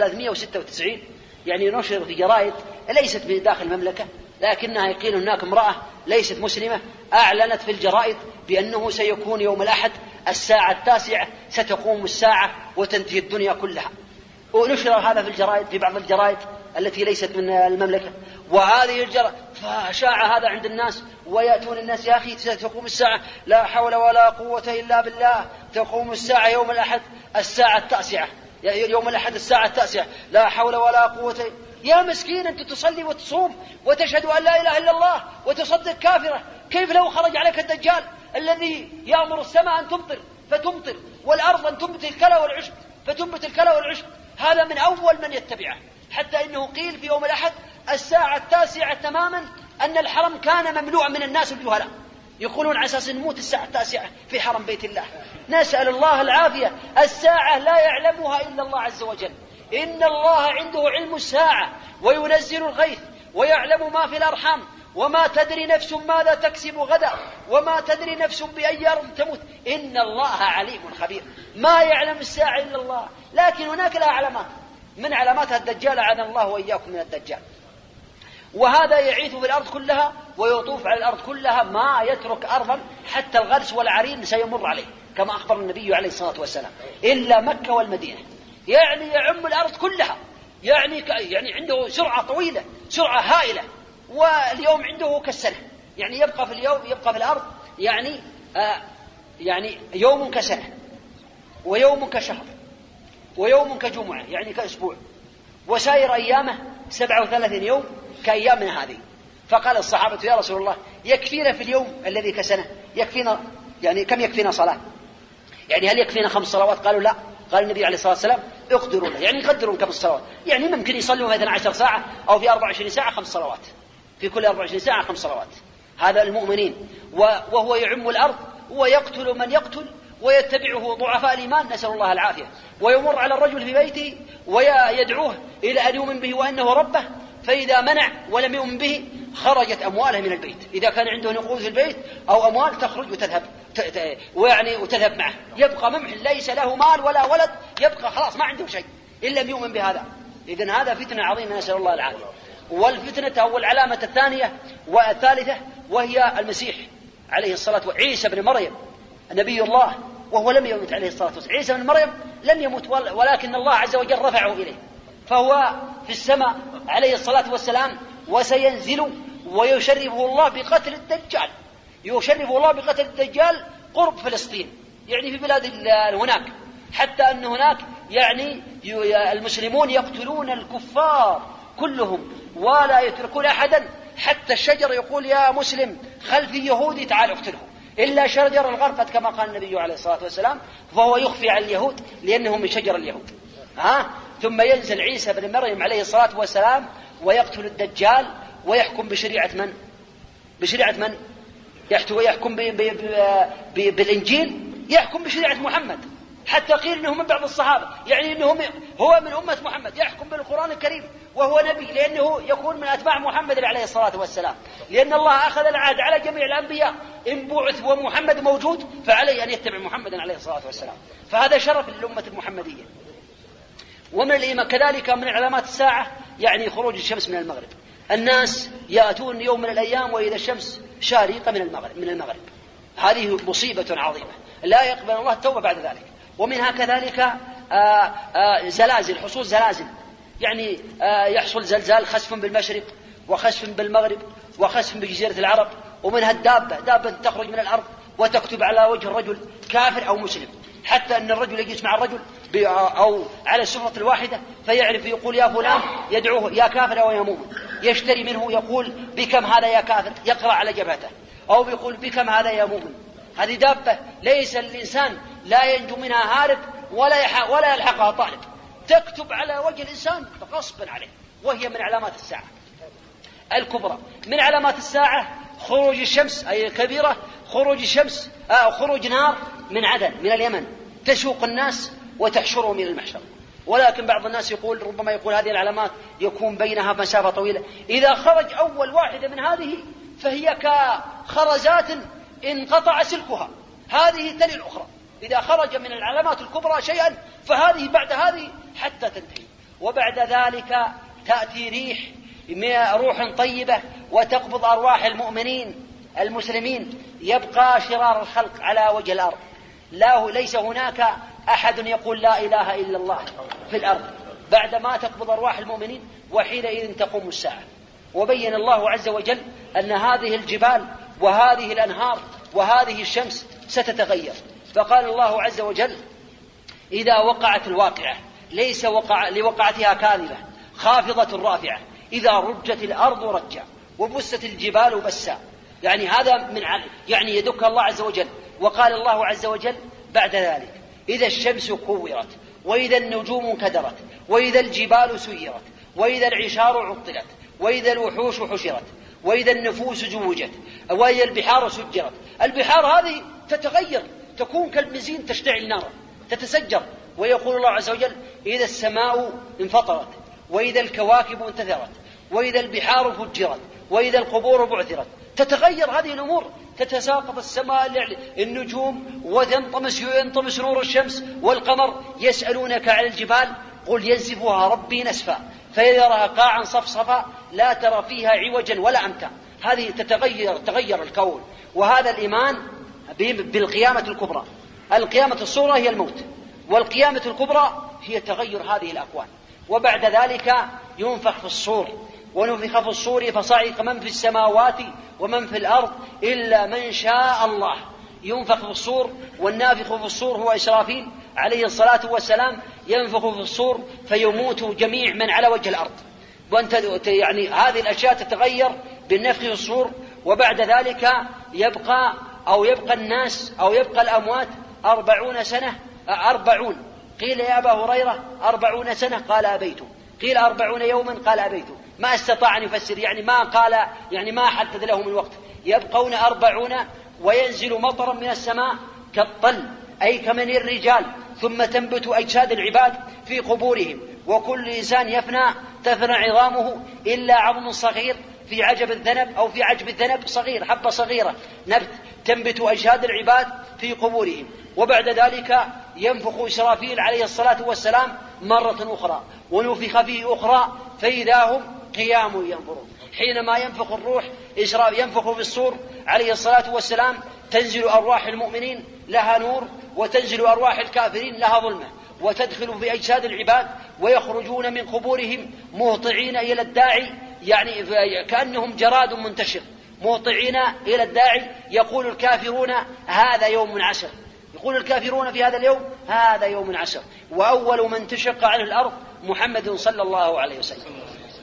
1396 يعني نشر في جرائد ليست من داخل المملكة، لكنها يقول هناك امرأة ليست مسلمة أعلنت في الجرائد بأنه سيكون يوم الأحد الساعة 9 ستقوم الساعة وتنتهي الدنيا كلها، ونشر هذا في الجرائد في بعض الجرائد التي ليست من المملكة. وهذه فشاع هذا عند الناس، ويأتون الناس: يا أخي تقوم الساعة، لا حول ولا قوة إلا بالله، تقوم الساعة يوم الأحد الساعة 9، يوم الأحد الساعة 9، لا حول ولا قوة. يا مسكين، أنت تصلي وتصوم وتشهد أن لا إله إلا الله وتصدق كافرة، كيف لو خرج عليك الدجال الذي يأمر السماء أن تمطر فتمطر، والأرض أن تنبت الكلى والعشب فتنبت الكلى والعشب؟ هذا من أول من يتبعه، حتى إنه قيل في يوم الأحد الساعة 9 تماما أن الحرم كان مملوء من الناس الجهلاء، يقولون على أساس نموت الساعة 9 في حرم بيت الله. نسأل الله العافية. الساعة لا يعلمها إلا الله عز وجل. إن الله عنده علم الساعة وينزل الغيث ويعلم ما في الأرحام، وما تدري نفس ماذا تكسب غدا، وما تدري نفس بأي أرض تموت، إن الله عليم خبير. ما يعلم الساعة إلا الله، لكن هناك لها علامات، من علاماتها الدجال، أعاذنا الله وإياكم من الدجال. وهذا يعيث في الأرض كلها ويطوف على الأرض كلها، ما يترك أرضا حتى الغرس والعرين سيمر عليه، كما أخبر النبي عليه الصلاة والسلام، إلا مكة والمدينة. يعني يعم الأرض كلها، يعني عنده سرعة طويلة، سرعة هائلة. واليوم عنده كالسنة، يعني يبقى في الأرض يعني يوم كسنة، ويوم كشهر، ويوم كجمعة، يعني كأسبوع، وسائر أيامه 37 يوم كأيامنا هذه. فقال الصحابة: يا رسول الله، يكفينا في اليوم الذي كسنة، يكفينا يعني كم يكفينا صلاة؟ يعني هل يكفينا 5 صلوات؟ قالوا لا. قال النبي عليه الصلاة والسلام: اقدروا له، يعني يقدرون كم الصلوات، يعني ممكن يصلوا 12 ساعة أو في 24 ساعة 5 صلوات، في كل 24 ساعة 5 صلوات. هذا المؤمنين. وهو يعم الأرض ويقتل من يقتل ويتبعه ضعفاء الإيمان، نسأل الله العافية. ويمر على الرجل في بيته ويدعوه إلى أن يؤمن به وأنه ربه، فإذا منع ولم يؤمن به خرجت أمواله من البيت. إذا كان عنده نقود في البيت أو أموال تخرج وتذهب وتذهب معه، يبقى ممحل، ليس له مال ولا ولد، يبقى خلاص ما عنده شيء إن لم يؤمن بهذا. إذن هذا فتنة عظيمة، نسأل الله العافية. والفتنة أو العلامة الثانية والثالثة وهي المسيح عليه الصلاة والسلام، عيسى بن مريم نبي الله، وهو لم يمت عليه الصلاة والسلام. عيسى بن مريم لم يمت، ولكن الله عز وجل رفعه إليه، فهو في السماء عليه الصلاة والسلام، وسينزل ويشرفه الله بقتل الدجال. يشرفه الله بقتل الدجال قرب فلسطين، يعني في بلاد هناك، حتى أن هناك يعني المسلمون يقتلون الكفار كلهم ولا يتركون أحدا، حتى الشجر يقول: يا مسلم خلفي يهودي تعال اقتله، إلا شجر الغرقد، كما قال النبي عليه الصلاة والسلام، فهو يخفي عن اليهود لأنه من شجر اليهود. ثم ينزل عيسى بن مريم عليه الصلاة والسلام ويقتل الدجال ويحكم بشريعة من؟ بشريعة من؟ يحكم بالإنجيل، يحكم بشريعة محمد، حتى قيل إنه من بعض الصحابة، يعني إنه هو من أمة محمد، يحكم بالقرآن الكريم وهو نبي، لأنه يكون من أتباع محمد عليه الصلاة والسلام، لأن الله أخذ العهد على جميع الأنبياء، إن بعث ومحمد موجود فعليه أن يتبع محمد عليه الصلاة والسلام. فهذا شرف للأمة المحمدية. ومن الإيمان كذلك من علامات الساعة يعني خروج الشمس من المغرب. الناس يأتون يوم من الأيام وإذا الشمس شارقة من المغرب. هذه مصيبة عظيمة لا يقبل الله التوبة بعد ذلك. ومنها كذلك زلازل، حصول زلازل، يعني يحصل زلزال، خسف بالمشرق وخسف بالمغرب وخسف بجزيرة العرب. ومنها دابة تخرج من الأرض وتكتب على وجه الرجل كافر أو مسلم، حتى أن الرجل يجلس مع الرجل أو على السفرة الواحدة فيعرف، يقول: يا فلان، يدعوه يا كافر أو يا مؤمن، يشتري منه، يقول: بكم هذا يا كافر، يقرأ على جبهته، أو يقول: بكم هذا يا مؤمن. هذه دابة ليس الإنسان لا ينجو منها هارب ولا يلحقها طالب، تكتب على وجه الإنسان غصبا عليه. وهي من علامات الساعة الكبرى. من علامات الساعة خروج الشمس، أي كبيرة، خروج الشمس خروج نار من عدن من اليمن تسوق الناس وتحشرهم إلى المحشر. ولكن بعض الناس ربما يقول هذه العلامات يكون بينها مسافة طويلة. إذا خرج أول واحدة من هذه فهي كخرزات انقطع سلكها، هذه تلي الأخرى. إذا خرج من العلامات الكبرى شيئا فهذه بعد هذه حتى تنتهي. وبعد ذلك تأتي روح طيبة وتقبض أرواح المؤمنين المسلمين، يبقى شرار الخلق على وجه الأرض، ليس هناك أحد يقول لا إله إلا الله في الأرض بعدما تقبض أرواح المؤمنين، وحينئذ تقوم الساعة. وبين الله عز وجل أن هذه الجبال وهذه الأنهار وهذه الشمس ستتغير. فقال الله عز وجل: إذا وقعت الواقعة ليس لوقعتها كاذبة خافضة رافعة إذا رجت الأرض رجا وبست الجبال بسا. يعني هذا يعني يدك الله عز وجل. وقال الله عز وجل بعد ذلك: إذا الشمس كورت وإذا النجوم انكدرت وإذا الجبال سيرت وإذا العشار عطلت وإذا الوحوش حشرت وإذا النفوس زوجت وإذا البحار سجرت. البحار هذه تتغير، تكون كالبنزين، تشتعل نارا، تتسجر. ويقول الله عز وجل: إذا السماء انفطرت وإذا الكواكب انتثرت وإذا البحار فجرت وإذا القبور بعثرت. تتغير هذه الأمور، تتساقط السماء النجوم وينطمس نور الشمس والقمر. يسألونك عن الجبال قل ينسفها ربي نسفا فيذرها قاعا صفصفا لا ترى فيها عوجا ولا أمتا. هذه تغير الكون. وهذا الإيمان بالقيامة الكبرى. القيامة الصغرى هي الموت، والقيامة الكبرى هي تغير هذه الأكوان. وبعد ذلك ينفخ في الصور، ونفخ في الصور فصعق من في السماوات ومن في الأرض إلا من شاء الله. ينفخ في الصور، والنافخ في الصور هو إسرافيل عليه الصلاة والسلام. ينفخ في الصور فيموت جميع من على وجه الأرض. يعني هذه الأشياء تتغير بالنفخ في الصور. وبعد ذلك يبقى الناس أو يبقى الأموات 40 سنة. 40. قيل يا أبا هريرة 40 سنة؟ قال أبيت. قيل 40 يوما؟ قال أبيت. ما استطاع أن يفسر، يعني ما قال، يعني ما حدد لهم الوقت. يبقون 40 وينزل مطرا من السماء كالطل أي كمن الرجال، ثم تنبت أجساد العباد في قبورهم، وكل إنسان يفنى تفنى عظامه إلا عظم صغير في عجب الذنب أو في عجب الذنب صغير، حبة صغيرة نبت تنبت أجساد العباد في قبورهم. وبعد ذلك ينفخ إسرافيل عليه الصلاة والسلام مرة أخرى، ونفخ فيه أخرى فإذا هم قيام ينظرون. حينما ينفخ الروح ينفخ في الصور عليه الصلاة والسلام تنزل أرواح المؤمنين لها نور، وتنزل أرواح الكافرين لها ظلمة، وتدخل في أجساد العباد ويخرجون من قبورهم مهطعين إلى الداعي، يعني كأنهم جراد منتشر مهطعين إلى الداعي. يقول الكافرون هذا يوم عسر، يقول الكافرون في هذا اليوم هذا يوم عسر. وأول من تشق على الأرض محمد صلى الله عليه وسلم.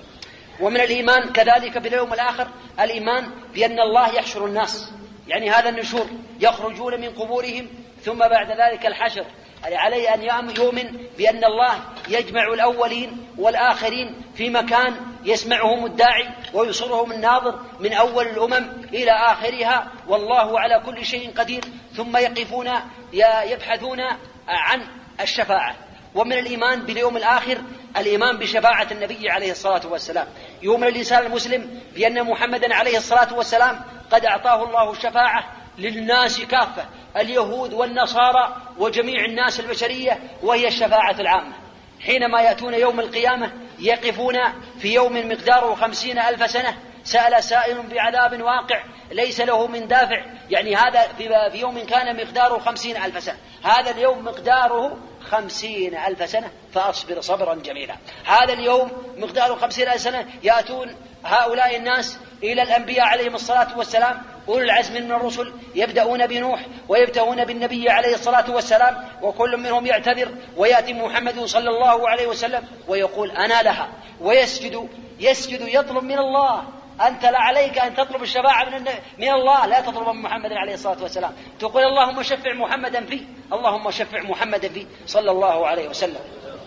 ومن الإيمان كذلك باليوم الآخر الإيمان بأن الله يحشر الناس، يعني هذا النشور، يخرجون من قبورهم ثم بعد ذلك الحشر. عليه أن يؤمن بأن الله يجمع الأولين والآخرين في مكان يسمعهم الداعي ويصرهم الناظر من أول الأمم إلى آخرها، والله على كل شيء قدير. ثم يقفون يبحثون عن الشفاعة. ومن الإيمان باليوم الآخر الإيمان بشفاعة النبي عليه الصلاة والسلام. يؤمن الإنسان المسلم بأن محمدا عليه الصلاة والسلام قد أعطاه الله الشفاعة للناس كافة، اليهود والنصارى وجميع الناس البشرية، وهي الشفاعة العامة. حينما يأتون يوم القيامة يقفون في يوم مقداره 50,000 سنة، سأل سائل بعذاب واقع ليس له من دافع. يعني هذا في يوم كان مقداره 50,000 سنة، هذا اليوم مقداره 50,000 سنة، فأصبر صبرا جميلا. هذا اليوم مقداره 50,000 سنة. يأتون هؤلاء الناس إلى الأنبياء عليهم الصلاة والسلام أولي العزم من الرسل، يبدأون بنوح ويبدأون بالنبي عليه الصلاة والسلام، وكل منهم يعتذر، ويأتي محمد صلى الله عليه وسلم ويقول أنا لها، ويسجد يطلب من الله. أنت لا عليك أن تطلب الشفاعة من الله، لا تطلب من محمد عليه الصلاة والسلام. تقول اللهم شفع محمدا فيه، اللهم شفع محمدا فيه صلى الله عليه وسلم.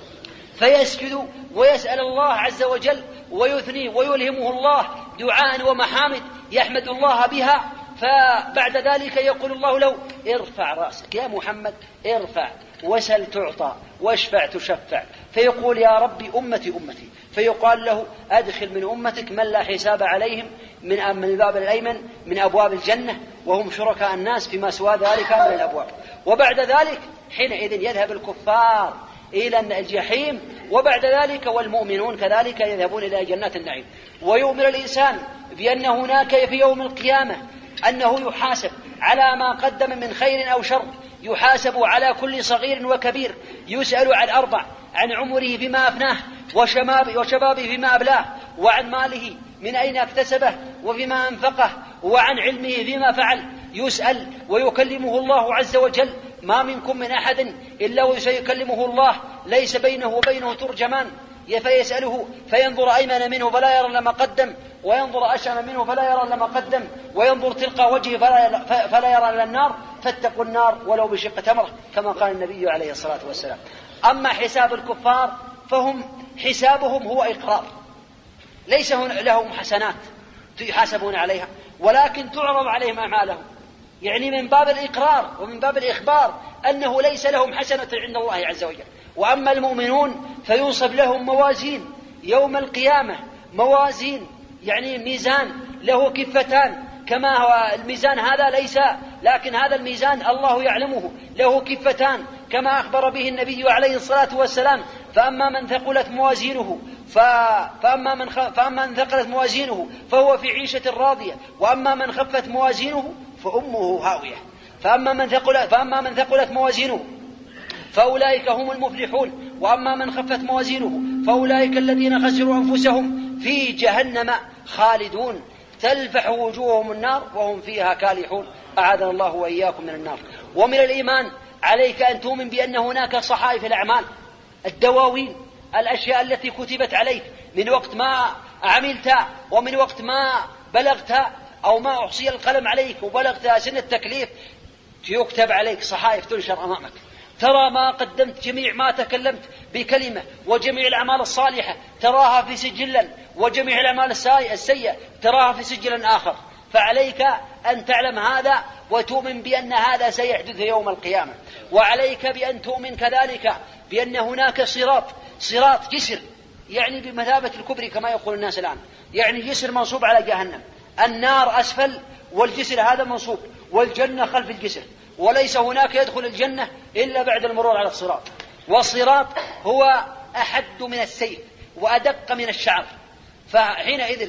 فيسجد ويسأل الله عز وجل ويثني ويلهمه الله دعاء ومحامد يحمد الله بها. فبعد ذلك يقول الله له ارفع رأسك يا محمد، ارفع وسل تعطى واشفع تشفع. فيقول يا ربي أمتي أمتي، فيقال له أدخل من أمتك من لا حساب عليهم من الباب الأيمن من أبواب الجنة، وهم شركاء الناس فيما سوى ذلك من الأبواب. وبعد ذلك حينئذ يذهب الكفار إلى الجحيم، وبعد ذلك والمؤمنون كذلك يذهبون إلى جنات النعيم. ويؤمن الإنسان بأن هناك في يوم القيامة أنه يحاسب على ما قدم من خير أو شر، يحاسب على كل صغير وكبير، يسأل عن 4: عن عمره فيما أفناه، وشبابه فيما أبلاه، وعن ماله من أين اكتسبه وفيما أنفقه وعن علمه فيما فعل يسأل ويكلمه الله عز وجل. ما منكم من أحد إلا وسيكلمه الله ليس بينه وبينه ترجمان، فيسأله فينظر أيمن منه فلا يرى لما قدم، وينظر أشأم منه فلا يرى لما قدم، وينظر تلقى وجهه فلا يرى إلا النار، فاتقوا النار ولو بشق تمرة، كما قال النبي عليه الصلاة والسلام. أما حساب الكفار فهم حسابهم هو إقرار، ليس لهم حسنات يحاسبون عليها، ولكن تعرض عليهم أعمالهم، يعني من باب الإقرار ومن باب الإخبار أنه ليس لهم حسنة عند الله عز وجل. وأما المؤمنون فينصب لهم موازين يوم القيامة، موازين يعني ميزان له كفتان، كما هو الميزان هذا ليس، لكن هذا الميزان الله يعلمه له كفتان كما أخبر به النبي عليه الصلاة والسلام. فأما من ثقلت موازينه فأما من ثقلت موازينه فهو في عيشة راضية، وأما من خفت موازينه فأمه هاوية. فأما من ثقلت موازينه فأولئك هم المفلحون، وأما من خفت موازينه فأولئك الذين خسروا أنفسهم في جهنم خالدون تلفح وجوههم النار وهم فيها كالحون، أعاذنا الله وإياكم من النار. ومن الإيمان عليك أن تؤمن بأن هناك صحائف الأعمال، الدواوين، الأشياء التي كتبت عليك من وقت ما عملت ومن وقت ما بلغت أو ما أحصي القلم عليك وبلغت سن التكليف، يكتب عليك صحائف تنشر أمامك، ترى ما قدمت، جميع ما تكلمت بكلمة، وجميع الأعمال الصالحة تراها في سجلا، وجميع الأعمال السيئة تراها في سجل آخر. فعليك أن تعلم هذا وتؤمن بأن هذا سيحدث يوم القيامة. وعليك بأن تؤمن كذلك بأن هناك صراط جسر، يعني بمثابة الكبري كما يقول الناس الآن، يعني جسر منصوب على جهنم، النار أسفل والجسر هذا منصوب، والجنة خلف الجسر، وليس هناك يدخل الجنة إلا بعد المرور على الصراط. والصراط هو أحد من السيف وأدق من الشعر، فحينئذ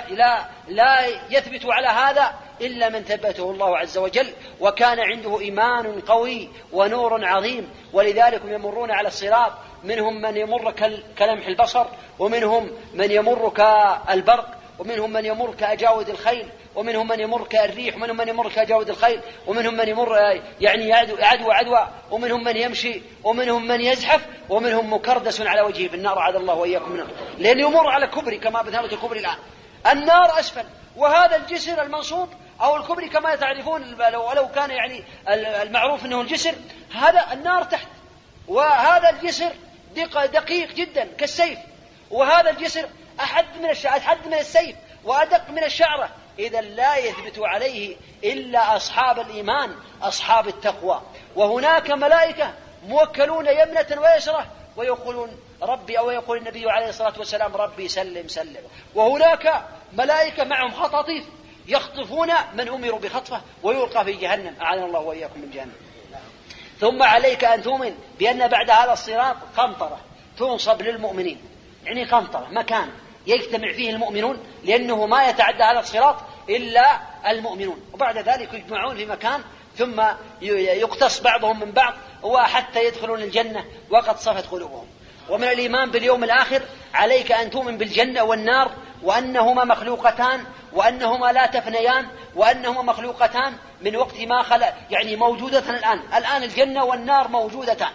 لا يثبت على هذا إلا من ثبته الله عز وجل وكان عنده إيمان قوي ونور عظيم. ولذلك يمرون على الصراط، منهم من يمر كلمح البصر، ومنهم من يمر كالبرق، ومنهم من يمر كأجاود الخيل، ومنهم من يمر كالريح، ومنهم من يمر كأجاود الخيل، ومنهم من يمر يعني عدوى، ومنهم من يمشي، ومنهم من يزحف، ومنهم مكردس على وجهه في النار، عاد الله وإياكم منه، لأن يمر على كبري كما بثابة الكبري الآن، النار أسفل، وهذا الجسر المنصوب أو الكبري كما تعرفون، ولو كان يعني المعروف أنه الجسر، هذا النار تحت، وهذا الجسر دقيق جدا كالسيف، وهذا الجسر أحد من السيف وأدق من الشعرة. إذا لا يثبت عليه إلا أصحاب الإيمان، أصحاب التقوى. وهناك ملائكة موكلون يمنة ويسرة ويقولون ربي، أو يقول النبي عليه الصلاة والسلام ربي سلم سلم. وهناك ملائكة معهم خطاطيف يخطفون من أمروا بخطفه ويلقى في جهنم، أعاذنا الله وإياكم من جهنم. ثم عليك أن تؤمن بأن بعد هذا الصراط قنطرة تنصب للمؤمنين، يعني قنطرة مكان يجتمع فيه المؤمنون، لأنه ما يتعدى هذا الصراط إلا المؤمنون، وبعد ذلك يجمعون في مكان ثم يقتص بعضهم من بعض وحتى يدخلون الجنة وقد صفت قلوبهم. ومن الإيمان باليوم الآخر عليك أن تؤمن بالجنة والنار، وأنهما مخلوقتان، وأنهما لا تفنيان، وأنهما مخلوقتان من وقت ما خلق، يعني موجودة الآن الجنة والنار موجودتان،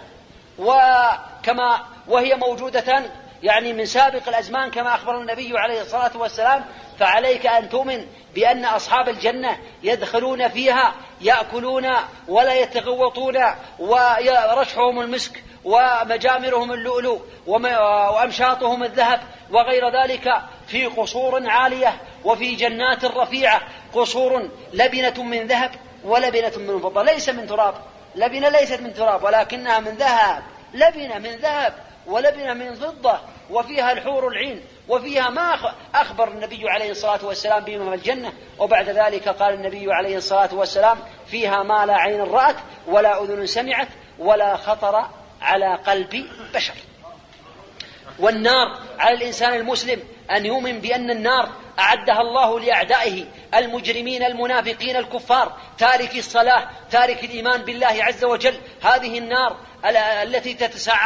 وهي موجودتان يعني من سابق الأزمان كما أخبر النبي عليه الصلاة والسلام. فعليك أن تؤمن بأن أصحاب الجنة يدخلون فيها يأكلون ولا يتغوطون، ورشحهم المسك، ومجامرهم اللؤلؤ، وأمشاطهم الذهب، وغير ذلك، في قصور عالية وفي جنات رفيعة، قصور لبنة من ذهب ولبنة من فضة، ليس من تراب، لبنة ليست من تراب ولكنها من ذهب، لبنة من ذهب ولبنة من فضة، وفيها الحور العين، وفيها ما أخبر النبي عليه الصلاة والسلام بما في الجنة. وبعد ذلك قال النبي عليه الصلاة والسلام فيها ما لا عين رأت ولا أذن سمعت ولا خطر على قلب بشر. والنار على الإنسان المسلم أن يؤمن بأن النار أعدها الله لأعدائه المجرمين المنافقين الكفار تارك الصلاة تارك الإيمان بالله عز وجل. هذه النار التي تتسعر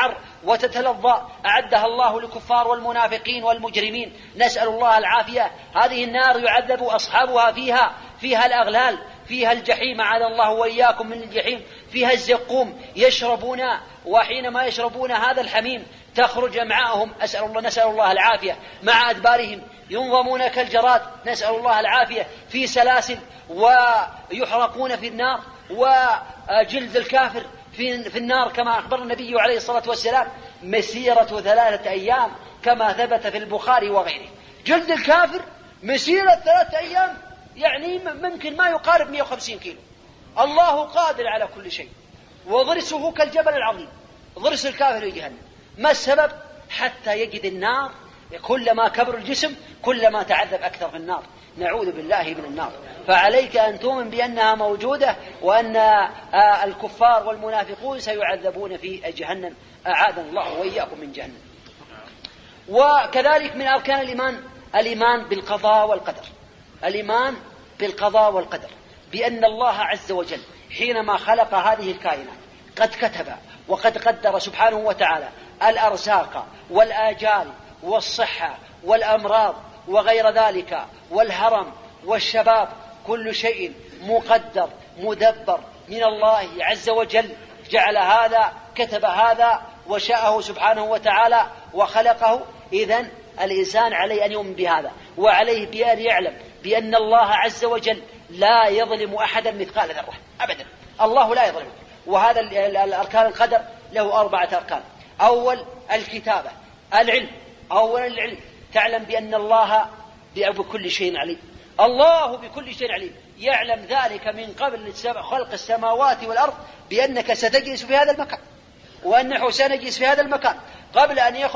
وتتلظى أعدها الله للكفار والمنافقين والمجرمين، نسأل الله العافية. هذه النار يعذب أصحابها فيها الأغلال، فيها الجحيم، أعاذنا الله وإياكم من الجحيم، فيها الزقوم يشربون، وحينما يشربون هذا الحميم تخرج معهم نسأل الله العافية مع أدبارهم ينظمون كالجراد، نسأل الله العافية، في سلاسل، ويحرقون في النار، وجلد الكافر في النار كما أخبر النبي عليه الصلاة والسلام مسيرة 3 أيام كما ثبت في البخاري وغيره. جلد الكافر مسيرة 3 أيام، يعني ممكن ما يقارب 150 كيلو. الله قادر على كل شيء، وضرسه كالجبل العظيم، ضرس الكافر في جهنم. ما السبب؟ حتى يجد النار، كلما كبر الجسم كلما تعذب أكثر في النار، نعوذ بالله من النار. فعليك أن تؤمن بأنها موجودة، وأن الكفار والمنافقون سيعذبون في جهنم، أعاذنا الله وإياكم من جهنم. وكذلك من أركان الإيمان بالقضاء والقدر، الإيمان بالقضاء والقدر، بأن الله عز وجل حينما خلق هذه الكائنات قد كتب وقد قدر سبحانه وتعالى الأرزاق والآجال والصحة والأمراض وغير ذلك والهرم والشباب، كل شيء مقدر مدبر من الله عز وجل. جعل هذا، كتب هذا، وشاءه سبحانه وتعالى وخلقه. إذن الإنسان عليه أن يؤمن بهذا، وعليه بأن يعلم بأن الله عز وجل لا يظلم أحدا مثقال ذرة أبدا، الله لا يظلم. وهذا الأركان القدر له 4 أركان. أول الكتابة، العلم، أولا العلم، تعلم بأن الله بكل شيء عليم، الله بكل شيء عليم، يعلم ذلك من قبل خلق السماوات والأرض بأنك ستجلس في هذا المكان، وأنه سنجلس في هذا المكان قبل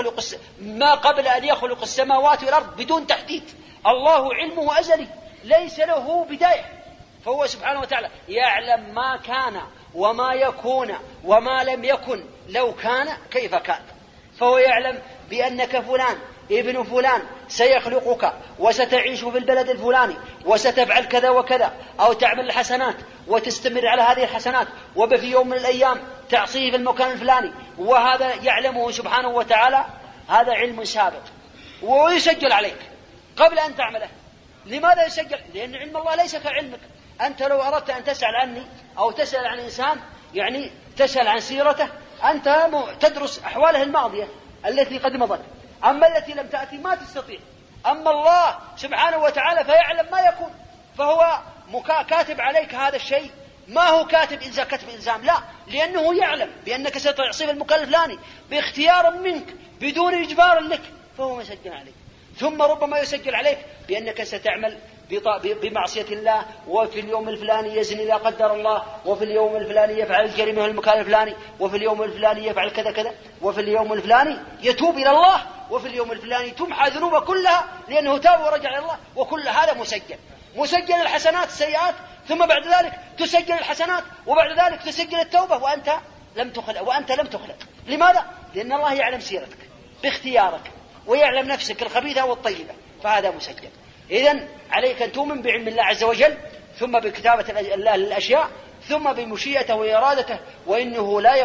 أن يخلق السماوات والأرض بدون تحديد. الله علمه أزلي ليس له بداية، فهو سبحانه وتعالى يعلم ما كان وما يكون وما لم يكن لو كان كيف كان. فهو يعلم بأنك فلان ابن فلان سيخلقك وستعيش في البلد الفلاني وستفعل كذا وكذا، أو تعمل الحسنات وتستمر على هذه الحسنات، وفي يوم من الأيام تعصيه في المكان الفلاني، وهذا يعلمه سبحانه وتعالى، هذا علم سابق ويسجل عليك قبل أن تعمله. لماذا يسجل؟ لأن علم الله ليس كعلمك. أنت لو أردت أن تسأل عني أو تسأل عن إنسان، يعني تسأل عن سيرته، أنت تدرس أحواله الماضية التي قد مضت، أما التي لم تأتي ما تستطيع. أما الله سبحانه وتعالى فيعلم ما يكون، فهو كاتب عليك هذا الشيء، ما هو كاتب إلزام، لا، لأنه يعلم بأنك ستعصي المكان الفلاني باختيار منك بدون إجبار لك، فهو مسجل عليك. ثم ربما يسجل عليك بأنك ستعمل بمعصية الله، وفي اليوم الفلاني يزني لا قدر الله، وفي اليوم الفلاني يفعل الجريمة في المكان الفلاني، وفي اليوم الفلاني يفعل كذا كذا، وفي اليوم الفلاني يتوب إلى الله، وفي اليوم الفلاني تمحى ذنوبه كلها لأنه تاب ورجع إلى الله. وكل هذا مسجل الحسنات السيئات، ثم بعد ذلك تسجل الحسنات، وبعد ذلك تسجل التوبة، وأنت لم تخلق. لماذا؟ لأن الله يعلم سيرتك باختيارك، ويعلم نفسك الخبيثة والطيبة، فهذا مسجل. إذن عليك أن تؤمن بعلم الله عز وجل، ثم بكتابة الله للأشياء، ثم بمشيئته وإرادته، وإنه لا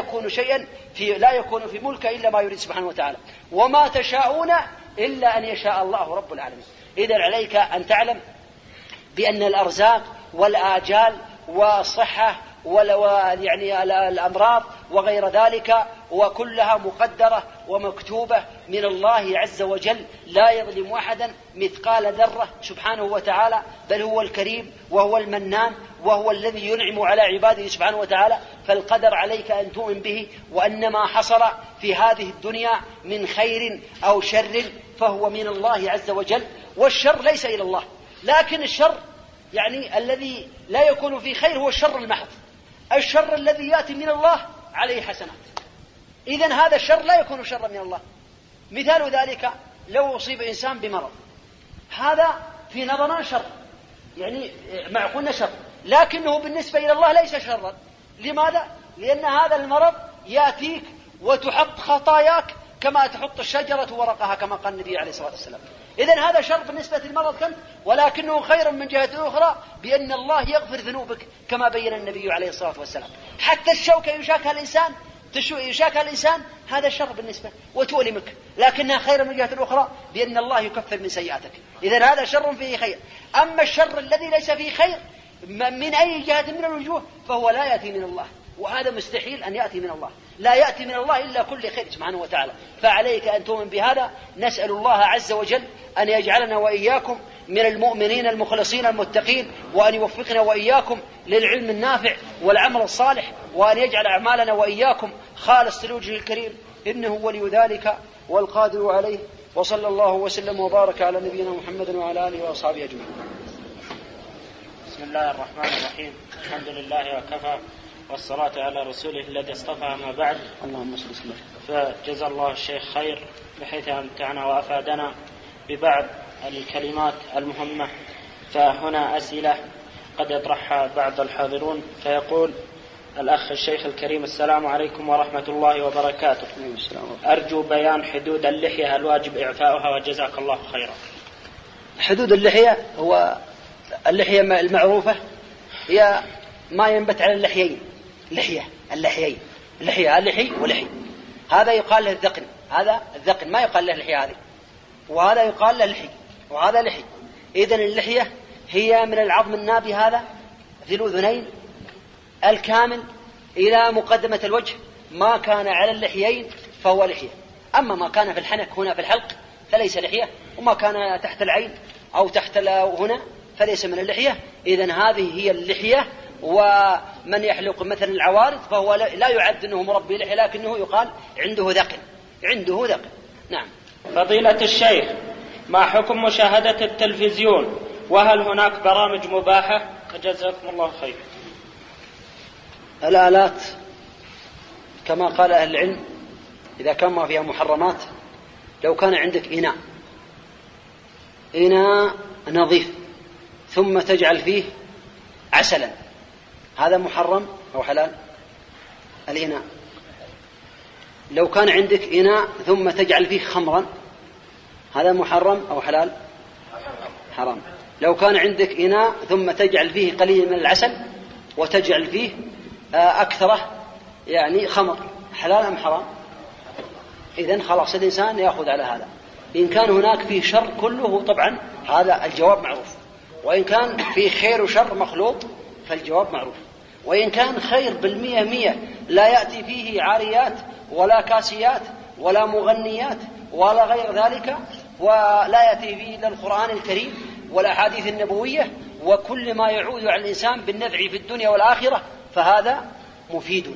يكون في ملكه إلا ما يريد سبحانه وتعالى، وما تشاءون إلا أن يشاء الله رب العالمين. إذن عليك أن تعلم بأن الأرزاق والآجال والصحة يعني الأمراض وغير ذلك وكلها مقدرة ومكتوبة من الله عز وجل، لا يظلم أحدا مثقال ذرة سبحانه وتعالى، بل هو الكريم وهو المنان وهو الذي ينعم على عباده سبحانه وتعالى. فالقدر عليك أن تؤمن به، وأن ما حصل في هذه الدنيا من خير أو شر فهو من الله عز وجل، والشر ليس إلى الله. لكن الشر يعني الذي لا يكون فيه خير هو الشر المحض، الشر الذي يأتي من الله عليه حسنات. إذن هذا الشر لا يكون شرا من الله. مثال ذلك لو أصيب إنسان بمرض، هذا في نظرنا شر، يعني معقولنا شر، لكنه بالنسبة إلى الله ليس شرا. لماذا؟ لأن هذا المرض يأتيك وتحط خطاياك كما تحط الشجرة ورقها، كما قال النبي عليه الصلاة والسلام. إذن هذا شر بالنسبة للمرض كنت، ولكنه خير من جهة أخرى، بأن الله يغفر ذنوبك كما بين النبي عليه الصلاة والسلام. حتى الشوكة يشاكها الإنسان يشاك الإنسان هذا شر بالنسبة وتؤلمك، لكنها خير من جهة أخرى بأن الله يكفر من سيئاتك. إذن هذا شر فيه خير. أما الشر الذي ليس فيه خير من أي جهة من الوجوه فهو لا يأتي من الله، وهذا مستحيل أن يأتي من الله، لا يأتي من الله إلا كل خير سبحانه وتعالى. فعليك أن تؤمن بهذا. نسأل الله عز وجل أن يجعلنا وإياكم من المؤمنين المخلصين المتقين، وأن يوفقنا وإياكم للعلم النافع والعمل الصالح، وأن يجعل أعمالنا وإياكم خالص لوجهه الكريم، إنه ولي ذلك والقادر عليه. وصلى الله وسلم وبارك على نبينا محمد وعلى آله وأصحابه أجمعين. بسم الله الرحمن الرحيم. الحمد لله وكفى، والصلاة على رسوله الذي اصطفى. ما بعد، اللهم صل وسلم. فجزا الله الشيخ خير بحيث أمتعنا وأفادنا ببعض الكلمات المهمة. فهنا أسئلة قد يطرحها بعض الحاضرون. فيقول الأخ الشيخ الكريم: السلام عليكم ورحمة الله وبركاته. أرجو بيان حدود اللحية الواجب إعفاؤها، وجزاك الله خيرا. حدود اللحية هو اللحية المعروفة هي ما ينبت على اللحيين، اللحيين اللحي ولحي، هذا يقال له الذقن، هذا الذقن ما يقال له اللحية هذه، وهذا يقال له لحي وهذا لحي. إذن اللحية هي من العظم النابي هذا ذي الأذنين الكامل إلى مقدمة الوجه، ما كان على اللحيين فهو لحية. أما ما كان في الحنك هنا في الحلق فليس لحية، وما كان تحت العين أو تحت هنا فليس من اللحية. إذن هذه هي اللحية. ومن يحلق مثلا العوارض فهو لا يعد أنه مربي لحية، لكنه يقال عنده ذقن. نعم. فضيلة الشيخ، ما حكم مشاهدة التلفزيون؟ وهل هناك برامج مباحة؟ جزاكم الله خير. الآلات كما قال أهل العلم إذا كان ما فيها محرمات، لو كان عندك إناء نظيف ثم تجعل فيه عسلا، هذا محرم أو حلال؟ الإناء. لو كان عندك إناء ثم تجعل فيه خمرا، هذا محرم أو حلال؟ حرام. لو كان عندك إناء ثم تجعل فيه قليل من العسل وتجعل فيه أكثره يعني خمر، حلال أم حرام؟ إذن خلاص الإنسان يأخذ على هذا. إن كان هناك فيه شر كله طبعا هذا الجواب معروف، وإن كان فيه خير وشر مخلوط فالجواب معروف. وإن كان خير 100% لا يأتي فيه عاريات ولا كاسيات ولا مغنيات ولا غير ذلك، ولا يأتي فيه إلا القرآن الكريم والأحاديث النبوية وكل ما يعود على الإنسان بالنفع في الدنيا والآخرة، فهذا مفيد.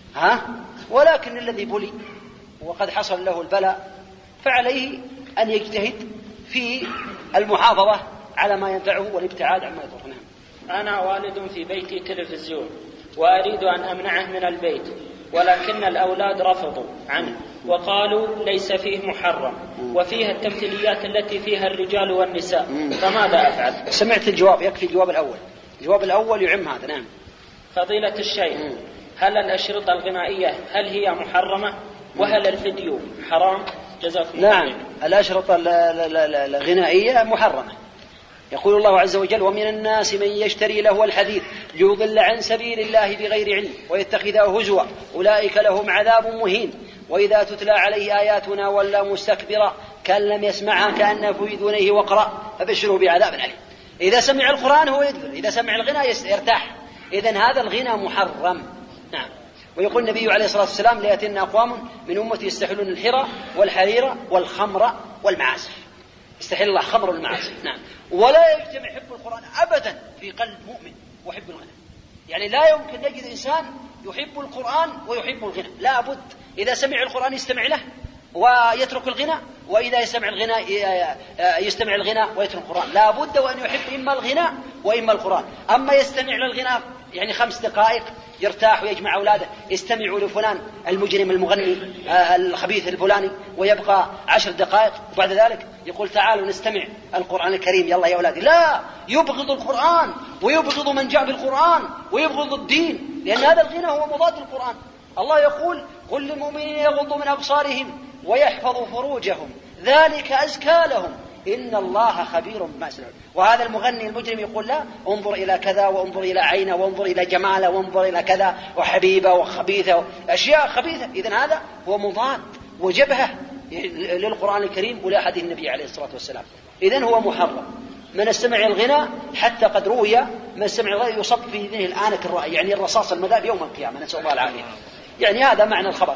ولكن الذي بلي وقد حصل له البلاء فعليه أن يجتهد في المحافظة على ما ينفعه والابتعاد عما يضره. أنا والد في بيتي تلفزيون وأريد أن أمنعه من البيت، ولكن الأولاد رفضوا عنه وقالوا ليس فيه محرم وفيها التمثيليات التي فيها الرجال والنساء، فماذا أفعل؟ سمعت الجواب، يكفي الجواب الأول يعم هذا. نعم. فضيلة الشيخ، هل الأشرطة الغنائية هل هي محرمة؟ وهل الفيديو حرام؟ جزاكم الله خير. نعم، الأشرطة الغنائية محرمة. يقول الله عز وجل: ومن الناس من يشتري لهو الحديث ليضل عن سبيل الله بغير علم ويتخذه هزوا أولئك لهم عذاب مهين وإذا تتلى عليه آياتنا ولى مستكبرا كأن لم يسمعها كأن في أذنيه وقرا فبشره بعذاب أليم. إذا سمع القرآن هو يدبر، إذا سمع الغنى يرتاح. إذن هذا الغنى محرم. نعم. ويقول النبي عليه الصلاة والسلام: ليأتين أقوام من أمتي يستحلون الحرى والحرير والخمر والمعازف. يستحل الله خمر والمعازف. نعم. ولا يجتمع حب القرآن أبدا في قلب مؤمن وحب الغنى، يعني لا يمكن نجد إنسان يحب القرآن ويحب الغنى، لا بد إذا سمع القرآن يستمع له ويترك الغنى، وإذا يستمع الغنى يستمع الغنى ويترك القرآن. لا بد وأن يحب إما الغنى وإما القرآن. أما يستمع للغنى يعني 5 دقائق يرتاح ويجمع أولاده يستمعوا لفلان المجرم المغني الخبيث الفلاني ويبقى 10 دقائق وبعد ذلك يقول تعالوا نستمع القرآن الكريم يلا يا أولادي. لا، يبغض القرآن ويبغض من جاء بالقرآن ويبغض الدين، لأن هذا الغنى هو مضاد القرآن. الله يقول: قل للمؤمنين يغضوا من أبصارهم ويحفظوا فروجهم ذلك أزكى لهم إن الله خبير بما يصنعون. وهذا المغني المجرم يقول لا، انظر إلى كذا، وانظر إلى عينه، وانظر إلى جماله، وانظر إلى كذا، وحبيبه وخبيثه، أشياء خبيثة. إذن هذا هو مضاد وجبهة للقرآن الكريم ولأحاديث النبي عليه الصلاة والسلام. إذن هو محرم. من استمع الغناء حتى قد روي من استمع الغناء يصب في ذهنه الآنك الرأي، يعني الرصاص المذاب يوم القيامة، نسأل الله العافية. يعني هذا معنى الخبر.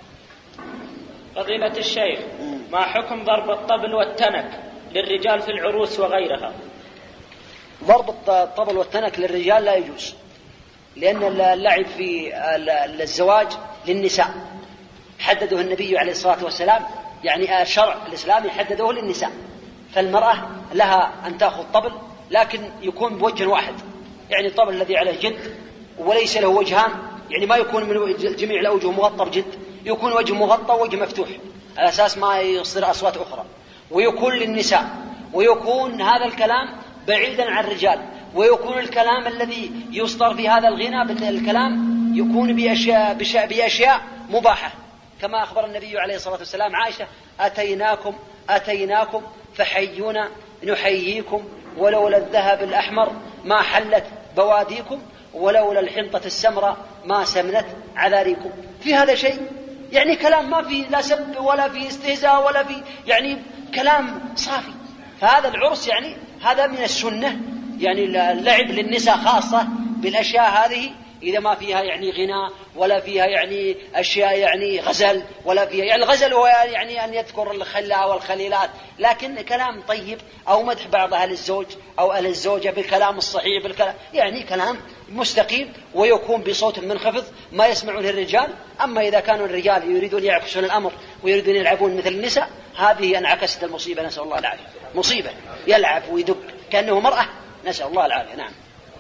فضيلة الشيخ، ما حكم ضرب الطبل والتنك للرجال في العروس وغيرها؟ ضرب الطبل والتنك للرجال لا يجوز، لأن اللعب في الزواج للنساء حدده النبي عليه الصلاة والسلام، يعني الشرع الإسلامي حدده للنساء. فالمرأة لها أن تأخذ طبل، لكن يكون بوجه واحد، يعني الطبل الذي عليه جلد وليس له وجهان، يعني ما يكون من جميع الأوجه مغطى بجلد، يكون وجه مغطى ووجه مفتوح على أساس ما يصدر أصوات أخرى، ويكون للنساء، ويكون هذا الكلام بعيدا عن الرجال، ويكون الكلام الذي يصدر في هذا الغناء الكلام يكون بأشياء مباحة، كما أخبر النبي عليه الصلاة والسلام عائشة: أتيناكم فحيونا نحييكم، ولولا الذهب الأحمر ما حلت بواديكم، ولولا الحنطة السمراء ما سمنت عذاريكم. في هذا شيء يعني كلام ما في لا سب ولا في استهزاء ولا في يعني كلام صافي. فهذا العرس يعني هذا من السنة، يعني اللعب للنساء خاصة بالأشياء هذه، إذا ما فيها يعني غناء ولا فيها يعني أشياء يعني غزل، ولا فيها يعني الغزل هو يعني أن يذكر الخلة والخليلات، لكن كلام طيب أو مدح بعض أهل الزوج أو أهل الزوجة بالكلام الصحيح، بالكلام يعني كلام مستقيم ويكون بصوت منخفض ما يسمعونه الرجال. أما إذا كانوا الرجال يريدون يعكسون الأمر ويريدون يلعبون مثل النساء، هذه انعكست المصيبة، نسأل الله العافية. مصيبة، يلعب ويدب كأنه مرأة، نسأل الله العافية. نعم.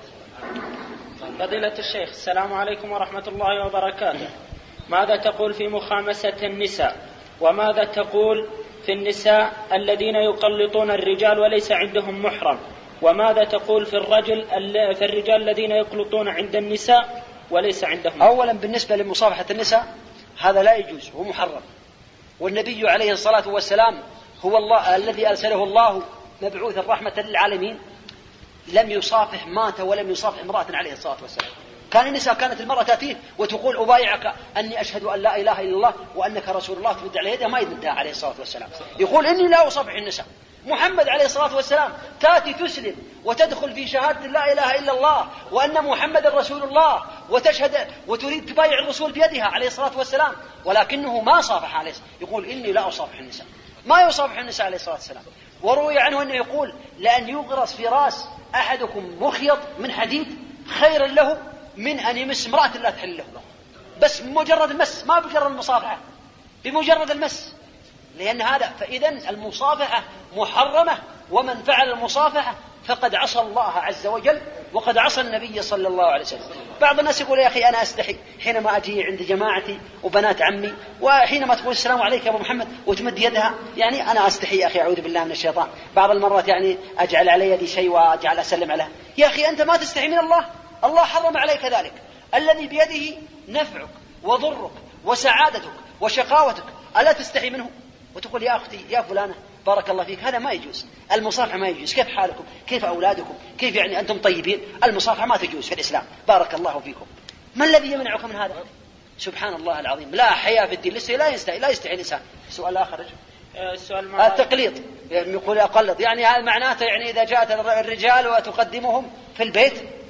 فضيلة الشيخ، السلام عليكم ورحمة الله وبركاته. ماذا تقول في مخامسة النساء؟ وماذا تقول في النساء الذين يقلطون الرجال وليس عندهم محرم؟ وماذا تقول في الرجال الذين يقلطون عند النساء وليس عندهم محرم؟ أولا بالنسبة لمصافحة النساء هذا لا يجوز، هو محرم. والنبي عليه الصلاة والسلام هو الله الذي أرسله الله مبعوث الرحمة للعالمين، لم يصافح مات ولم يصافح امرأة عليه الصلاة والسلام. كانت المرأة تأتيه وتقول: أبايعك أني أشهد أن لا إله إلا الله وأنك رسول الله، تمد على يدها، ما يمدها عليه الصلاة والسلام، يقول: إني لا أصافح النساء. محمد عليه الصلاة والسلام تأتي تسلم وتدخل في شهادة لا إله إلا الله وأن محمد رسول الله، وتشهد وتريد تبايع الرسول بيدها عليه الصلاة والسلام، ولكنه ما صافح عليه، يقول: إني لا أصافح النساء. ما يصافح النساء عليه الصلاة والسلام. وروي عنه أنه يقول: لأن يغرس في راس أحدكم مخيط من حديد خير له من أن يمس امرأة لا تحل له، بس بمجرد المس، ما بمجرد المصافحة، بمجرد المس. لأن هذا فإذن المصافحة محرمة، ومن فعل المصافحة فقد عصى الله عز وجل وقد عصى النبي صلى الله عليه وسلم. بعض الناس يقول: يا أخي أنا أستحي حينما أجي عند جماعتي وبنات عمي، وحينما تقول السلام عليك يا أبو محمد وتمد يدها، يعني أنا أستحي يا أخي، أعوذ بالله من الشيطان. بعض المرات يعني أجعل على يدي شيء وأجعل أسلم عليها. يا أخي أنت ما تستحي من الله؟ الله حرم عليك ذلك، الذي بيده نفعك وضرك وسعادتك وشقاوتك، ألا تستحي منه؟ وتقول: يا أختي يا فلانة بارك الله فيك، هذا ما يجوز. المصافحة ما يجوز. كيف حالكم؟ كيف أولادكم؟ كيف يعني أنتم طيبين؟ المصافحة ما تجوز في الإسلام. بارك الله فيكم. ما الذي يمنعك من هذا؟ سبحان الله العظيم، لا حياة في الدين. لسه لا يستحي الإنسان. سؤال آخر، التقليط، يقول أقلط، يعني هذا معناته يعني إذا جاءت الرجال وتقدمهم في البيت،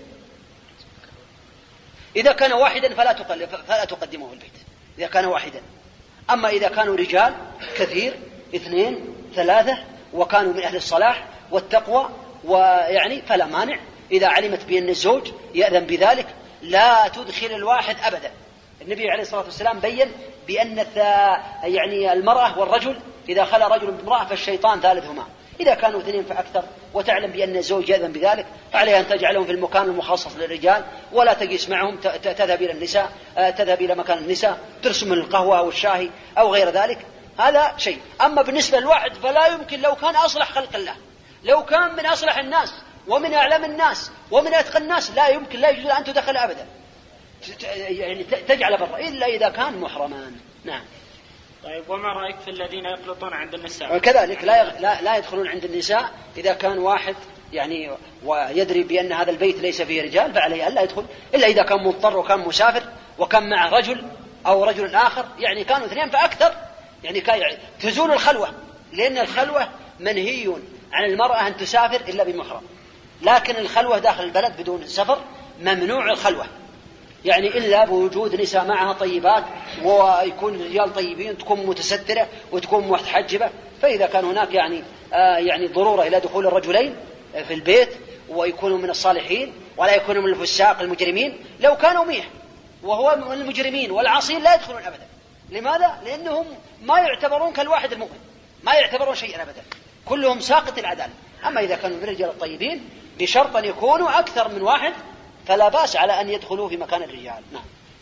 إذا كان واحدا فلا تقدمه في البيت إذا كان واحدا. أما إذا كانوا رجال كثير 2 3 وكانوا من أهل الصلاح والتقوى ويعني فلا مانع، إذا علمت بأن الزوج يأذن بذلك لا تدخل الواحد أبدا. النبي عليه الصلاة والسلام بيّن بأن يعني المرأة والرجل إذا خلى رجل بامرأة فالشيطان ثالثهما. إذا كانوا 2 فأكثر وتعلم بأن الزوج يأذن بذلك، فعليها أن تجعلهم في المكان المخصص للرجال، ولا تجلس معهم، تذهب إلى النساء، تذهب إلى مكان النساء، ترسم القهوة أو الشاهي أو غير ذلك، هذا شيء. أما بالنسبة للواحد فلا يمكن، لو كان أصلح خلق الله، لو كان من أصلح الناس ومن أعلم الناس ومن أتقى الناس، لا يمكن، لا يجوز أن تدخل أبدا، يعني تجعل برا إلا إذا كان محرمان. نعم. طيب وما رأيك في الذين يخلطون عند النساء؟ وكذلك لا يدخلون عند النساء. إذا كان واحد يعني ويدري بأن هذا البيت ليس فيه رجال فعليه ألا يدخل إلا إذا كان مضطر وكان مسافر وكان معه رجل أو رجل آخر، يعني كانوا اثنين فأكثر، يعني تزول الخلوة، لأن الخلوة منهي عن المرأة أن تسافر إلا بمحرم، لكن الخلوة داخل البلد بدون سفر ممنوع الخلوة، يعني إلا بوجود نساء معها طيبات ويكون الرجال طيبين، تكون متسترة وتكون متحجبة. فإذا كان هناك يعني ضرورة إلى دخول الرجلين في البيت ويكونوا من الصالحين ولا يكونوا من الفساق المجرمين، لو كانوا مية وهو من المجرمين والعاصين لا يدخلون أبدا. لماذا؟ لأنهم ما يعتبرون كالواحد المؤمن، ما يعتبرون شيئا أبدا، كلهم ساقط العدالة. أما إذا كانوا من الرجال الطيبين بشرط أن يكونوا أكثر من واحد فلا بأس على أن يدخلوا في مكان الرجال. نعم.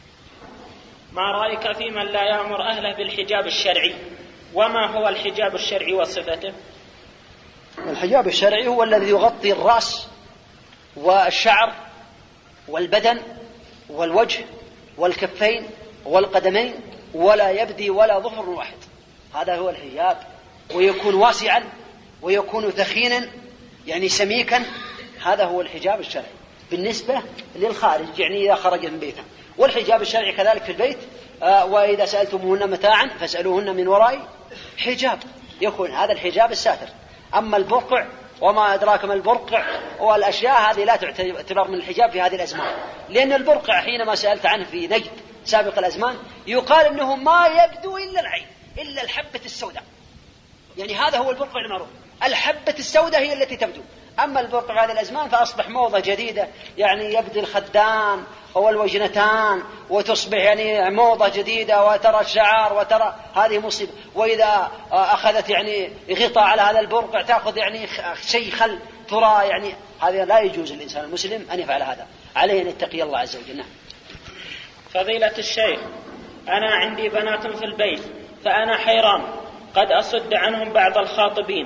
ما رأيك في من لا يأمر أهله بالحجاب الشرعي؟ وما هو الحجاب الشرعي وصفته؟ الحجاب الشرعي هو الذي يغطي الرأس والشعر والبدن والوجه والكفين والقدمين ولا يبدي ولا ظفر واحد، هذا هو الحجاب، ويكون واسعا ويكون ثخينا يعني سميكا، هذا هو الحجاب الشرعي بالنسبة للخارج، يعني إذا خرج من بيته. والحجاب الشرعي كذلك في البيت، وإذا سألتموهن متاعا فاسألوهن من وراء حجاب، يكون هذا الحجاب الساتر. أما البرقع وما أدراك ما البرقع والأشياء هذه لا تعتبر من الحجاب في هذه الأزمان، لأن البرقع حينما سألت عنه في نجد سابق الأزمان يقال إنه ما يبدو إلا العين إلا الحبة السوداء، يعني هذا هو البرقع المعروف، الحبة السوداء هي التي تبدو. أما البرقع في هذه الأزمان فأصبح موضة جديدة، يعني يبدو الخدان والوجنتان وتصبح يعني موضة جديدة، وترى الشعر وترى هذه مصيبة. وإذا أخذت يعني غطاء على هذا البرقع تأخذ يعني شيء خل ترى، يعني هذا لا يجوز للإنسان المسلم أن يفعل هذا، عليه أن يتقي الله عز وجل. فضيلة الشيخ، أنا عندي بنات في البيت فأنا حيران، قد أصد عنهم بعض الخاطبين،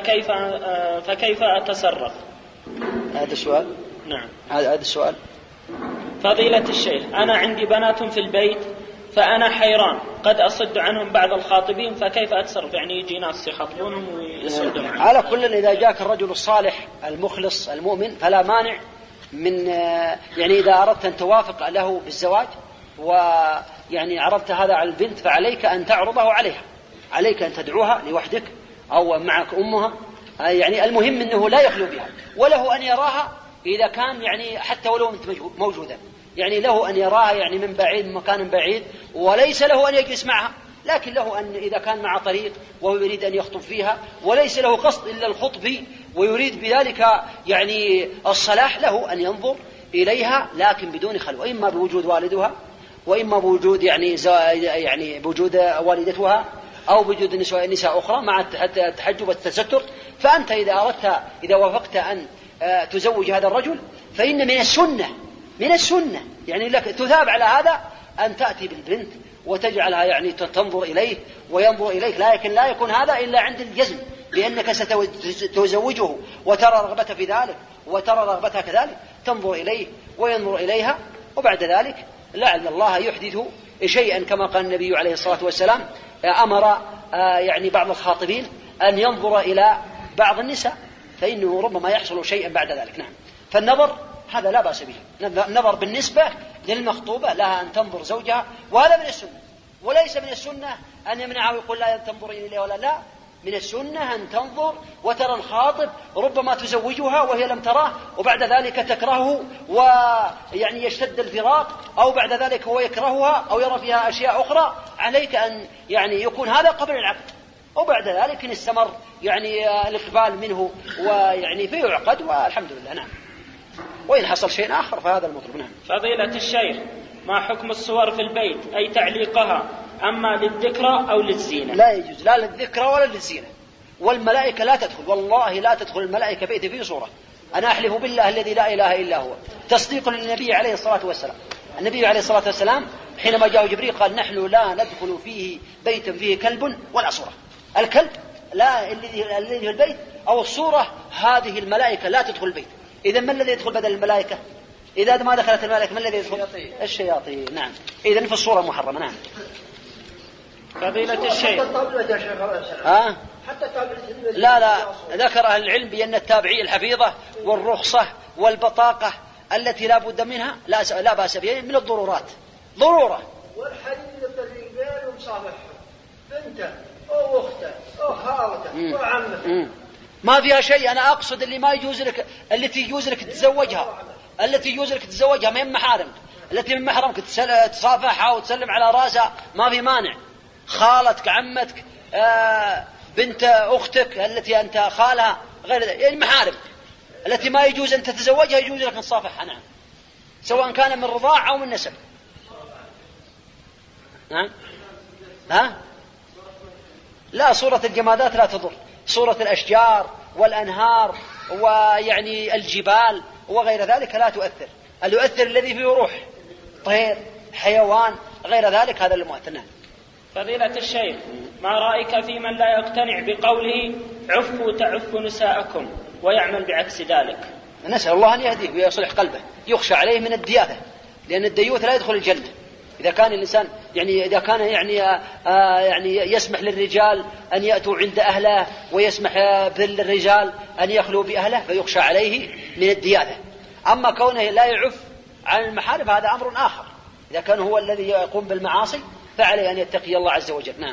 فكيف أتصرف؟ هذا السؤال. نعم هذا السؤال. فضيلة الشيخ، أنا عندي بنات في البيت فأنا حيران، قد أصد عنهم بعض الخاطبين، فكيف أتصرف؟ يعني يجي ناس يخاطبونهم ويصدون عنهم. على كل إذا جاك الرجل الصالح المخلص المؤمن فلا مانع من يعني إذا أردت أن توافق له بالزواج ويعني عرضت هذا على البنت فعليك أن تعرضه عليها، عليك أن تدعوها لوحدك أو معك أمها، يعني المهم أنه لا يخلو بها، وله أن يراها إذا كان يعني حتى ولو أنت موجودا، يعني له أن يراها يعني من بعيد، من مكان بعيد، وليس له أن يجلس معها، لكن له أن إذا كان مع طريق وهو يريد أن يخطب فيها وليس له قصد إلا الخطب ويريد بذلك يعني الصلاح، له أن ينظر إليها لكن بدون خلوة، إما بوجود والدها وإما بوجود يعني بوجود والدتها أو بوجود نساء أخرى مع التحجب والتستر. فأنت إذا وافقت أن تزوج هذا الرجل فإن من السنة يعني لك تثاب على هذا أن تأتي بالبنت وتجعلها يعني تنظر إليه وينظر إليك، لكن لا يكون هذا إلا عند الجزم بأنك ستزوجه وترى رغبته في ذلك وترى رغبتها كذلك، تنظر إليه وينظر إليها، وبعد ذلك لعل الله يحدث شيئا كما قال النبي عليه الصلاة والسلام أمر يعني بعض الخاطبين أن ينظر إلى بعض النساء فإنه ربما يحصل شيئا بعد ذلك. نعم. فالنظر هذا لا بأس به، النظر بالنسبة للمخطوبة لها أن تنظر زوجها، وهذا من السنة، وليس من السنة أن يمنعه ويقول لا تنظرين إليه ولا لا، من السنة أن تنظر وترى الخاطب ربما تزوجها وهي لم تراه وبعد ذلك تكرهه ويعني يشتد الفراق، أو بعد ذلك هو يكرهها أو يرى فيها أشياء أخرى، عليك أن يعني يكون هذا قبل العقد، وبعد ذلك إن استمر يعني الإقبال منه ويعني فيعقد والحمد لله. نعم. وإن حصل شيء آخر فهذا المطلوب. نعم. فضيلة الشيخ، ما حكم الصور في البيت أي تعليقها، أما للذكرى أو للزينة؟ لا يجوز لا للذكرى ولا للزينة، والملائكة لا تدخل، والله لا تدخل الملائكة بيتي فيه صورة، أنا أحلف بالله الذي لا إله إلا هو، تصديق للنبي عليه الصلاة والسلام. النبي عليه الصلاة والسلام حينما جاء جبريل قال نحن لا ندخل فيه بيتا فيه كلب ولا صورة، الكلب لا الذي في البيت أو الصورة هذه الملائكة لا تدخل البيت. إذا ما الذي يدخل بدل الملائكة؟ إذا ما دخلت الملائكة ما الذي يدخل؟ الشياطين. نعم. إذن في الصورة محرمة. نعم. فضيلة الشيخ حتى لا ذكر أهل العلم بأن التابعية الحفيظة والرخصة والبطاقة التي لا بد منها لا بأس بها من الضرورات ضرورة. والحديث الرجال ومصافحه بنته أو أخته أو خالته أو عمته ما فيها شيء. أنا أقصد اللي ما يجوز لك، التي يجوز لك تتزوجها، التي يجوز لك تتزوجها من محارمك، التي من محرمك تصافحها وتسلم على راسها ما في مانع. خالتك، عمتك، بنت أختك التي أنت خالها، غير ذلك يعني محارم التي ما يجوز أن تتزوجها يجوز لك أن تصافحها. نعم، سواء كان من رضاع أو من نسب. نعم. لا، صورة الجمادات لا تضر، صورة الأشجار والأنهار ويعني الجبال وغير ذلك لا تؤثر. اللي يؤثر الذي فيه روح، طير، حيوان، غير ذلك هذا المؤثر. نعم. فضيلة الشيخ، ما رأيك في من لا يقتنع بقوله عفوا تعفوا نساءكم ويعمل بعكس ذلك؟ نسأل الله أن يهديه ويصلح قلبه، يخشى عليه من الدياثة، لأن الديوث لا يدخل الجنة. إذا كان الإنسان إذا كان يسمح للرجال أن يأتوا عند أهله ويسمح بالرجال أن يخلوا بأهله فيخشى عليه من الدياثة. أما كونه لا يعف عن المحارم هذا أمر آخر. إذا كان هو الذي يقوم بالمعاصي فعليه أن يتقي الله عز وجل. نعم.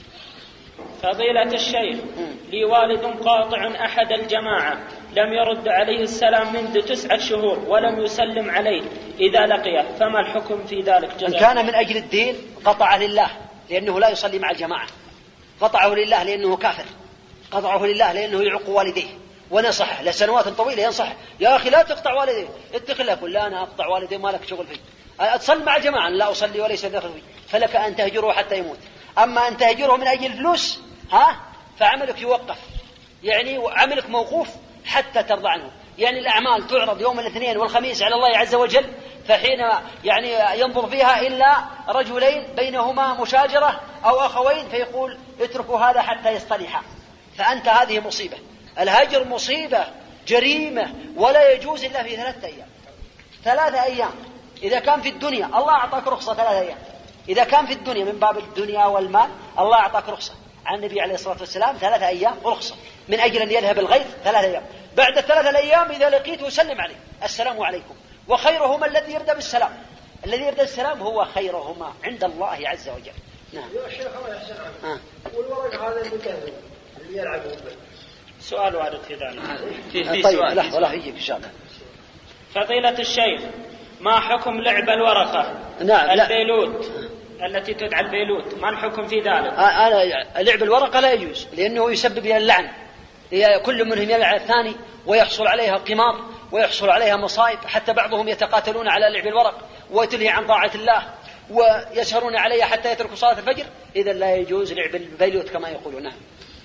فضيلة الشيخ، لي والد قاطع أحد الجماعة لم يرد عليه السلام منذ 9 شهور ولم يسلم عليه إذا لقيه، فما الحكم في ذلك؟ إن كان من أجل الدين قطعه لله لأنه لا يصلي مع الجماعة، قطعه لله لأنه كافر، قطعه لله لأنه يعق والديه، ونصحه لسنوات طويلة ينصح يا أخي لا تقطع والديه، اتق الله. يقول لا أنا أقطع والديه ما لك شغل فيه، أتصل مع الجماعة لا أصلي وليس داخل فيه، فلك أن تهجره حتى يموت. أما أن تهجره من أجل الفلوس فعملك يوقف، يعني عملك موقوف حتى ترضى عنه. يعني الأعمال تعرض يوم الاثنين والخميس على الله عز وجل، فحين ينظر فيها إلا رجلين بينهما مشاجرة أو أخوين فيقول اتركوا هذا حتى يصطلحا. فأنت هذه مصيبة، الهجر مصيبة جريمة ولا يجوز إلا في 3 أيام. 3 أيام إذا كان في الدنيا الله أعطاك رخصة 3 أيام. إذا كان في الدنيا من باب الدنيا والمال الله أعطاك رخصة. عن النبي عليه الصلاة والسلام 3 أيام رخصة من أجل أن يذهب الغيظ 3 أيام. بعد 3 أيام إذا لقيته سلم عليه السلام عليكم. وخيرهما الذي يرد بالسلام، الذي يرد بالسلام هو خيرهما عند الله عز وجل. نعم. يا شيخ الله يحسن عنك. والورق هذا المكان اللي يلعبون به سؤال وارد في ذلك. في سؤال لحظة لا يجيك إن شاء الله. فضيلة الشيخ، ما حكم لعب الورقة؟ نعم. البيلوت التي تدعى البيلوت، ما الحكم في ذلك؟ لعب الورقة لا يجوز لأنه يسبب إلى اللعن. كل منهم يلعب الثاني ويحصل عليها قمار ويحصل عليها مصائب، حتى بعضهم يتقاتلون على لعب الورق ويتلهي عن طاعة الله ويسهرون عليها حتى يتركوا صلاة الفجر. إذا لا يجوز لعب البيلوت كما يقولون. نعم.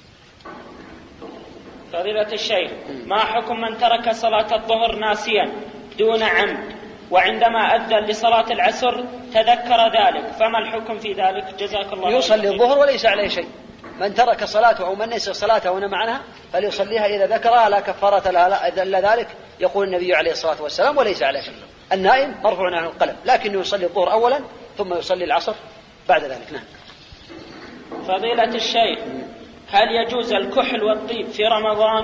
فضيلة الشيخ، ما حكم من ترك صلاة الظهر ناسيا دون عمد وعندما أذن لصلاة العصر تذكر ذلك، فما الحكم في ذلك؟ جزاك الله خيرا. يصلي الظهر وليس عليه شيء. من ترك صلاته أو من نسي صلاته ونام عنها فليصليها إذا ذكرها لا كفارة لها إلا ذلك، يقول النبي عليه الصلاة والسلام وليس عليه شيء. النائم مرفوع عنه القلم، لكنه يصلي الظهر أولا ثم يصلي العصر بعد ذلك. نعم. فضيلة الشيخ، هل يجوز الكحل والطيب في رمضان؟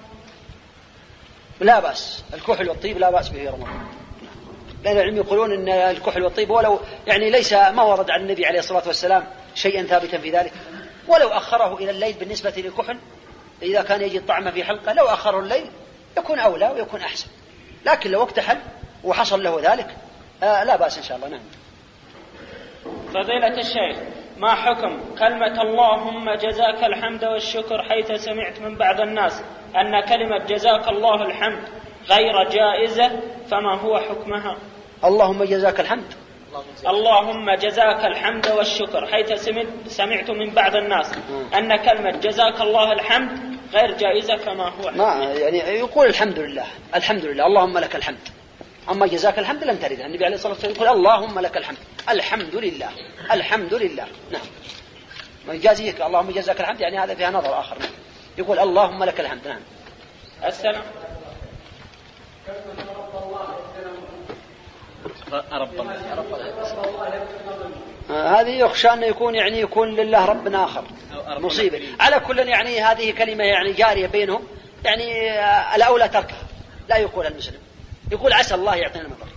لا بأس، الكحل والطيب لا بأس به في رمضان، لأن العلم يقولون أن الكحل والطيب ولو ليس ما ورد عن النبي عليه الصلاة والسلام شيئا ثابتا في ذلك، ولو أخره إلى الليل بالنسبة للكحل إذا كان يجد طعمه في حلقه لو أخره الليل يكون أولى ويكون أحسن، لكن لو اكتحل وحصل له ذلك لا بأس إن شاء الله. نعم. فضيلة الشيخ، ما حكم كلمة اللهم جزاك الحمد والشكر حيث سمعت من بعض الناس أن كلمة جزاك الله الحمد غير جائزة، فما هو حكمها؟ اللهم جزاك الحمد، اللهم جزاك الحمد والشكر حيث سمعت من بعض الناس أن كلمة جزاك الله الحمد غير جائزة، فما هو حكمها؟ ما يقول الحمد لله الحمد لله اللهم لك الحمد، أما جزاك الحمد لم ترد. النبي عليه الصلاة والسلام يقول اللهم لك الحمد الحمد لله الحمد لله. نعم. ما يجازيك اللهم جزاك الحمد يعني هذا فيها نظر آخر. نعم. يقول اللهم لك الحمد. نعم. السلام. هذا هذه يخشى أن يكون يعني يكون لله رب آخر مصيبة. على كل يعني هذه كلمة يعني جارية بينهم، يعني الأولى تركها، لا يقول المسلم، يقول عسى الله يعطينا المطر.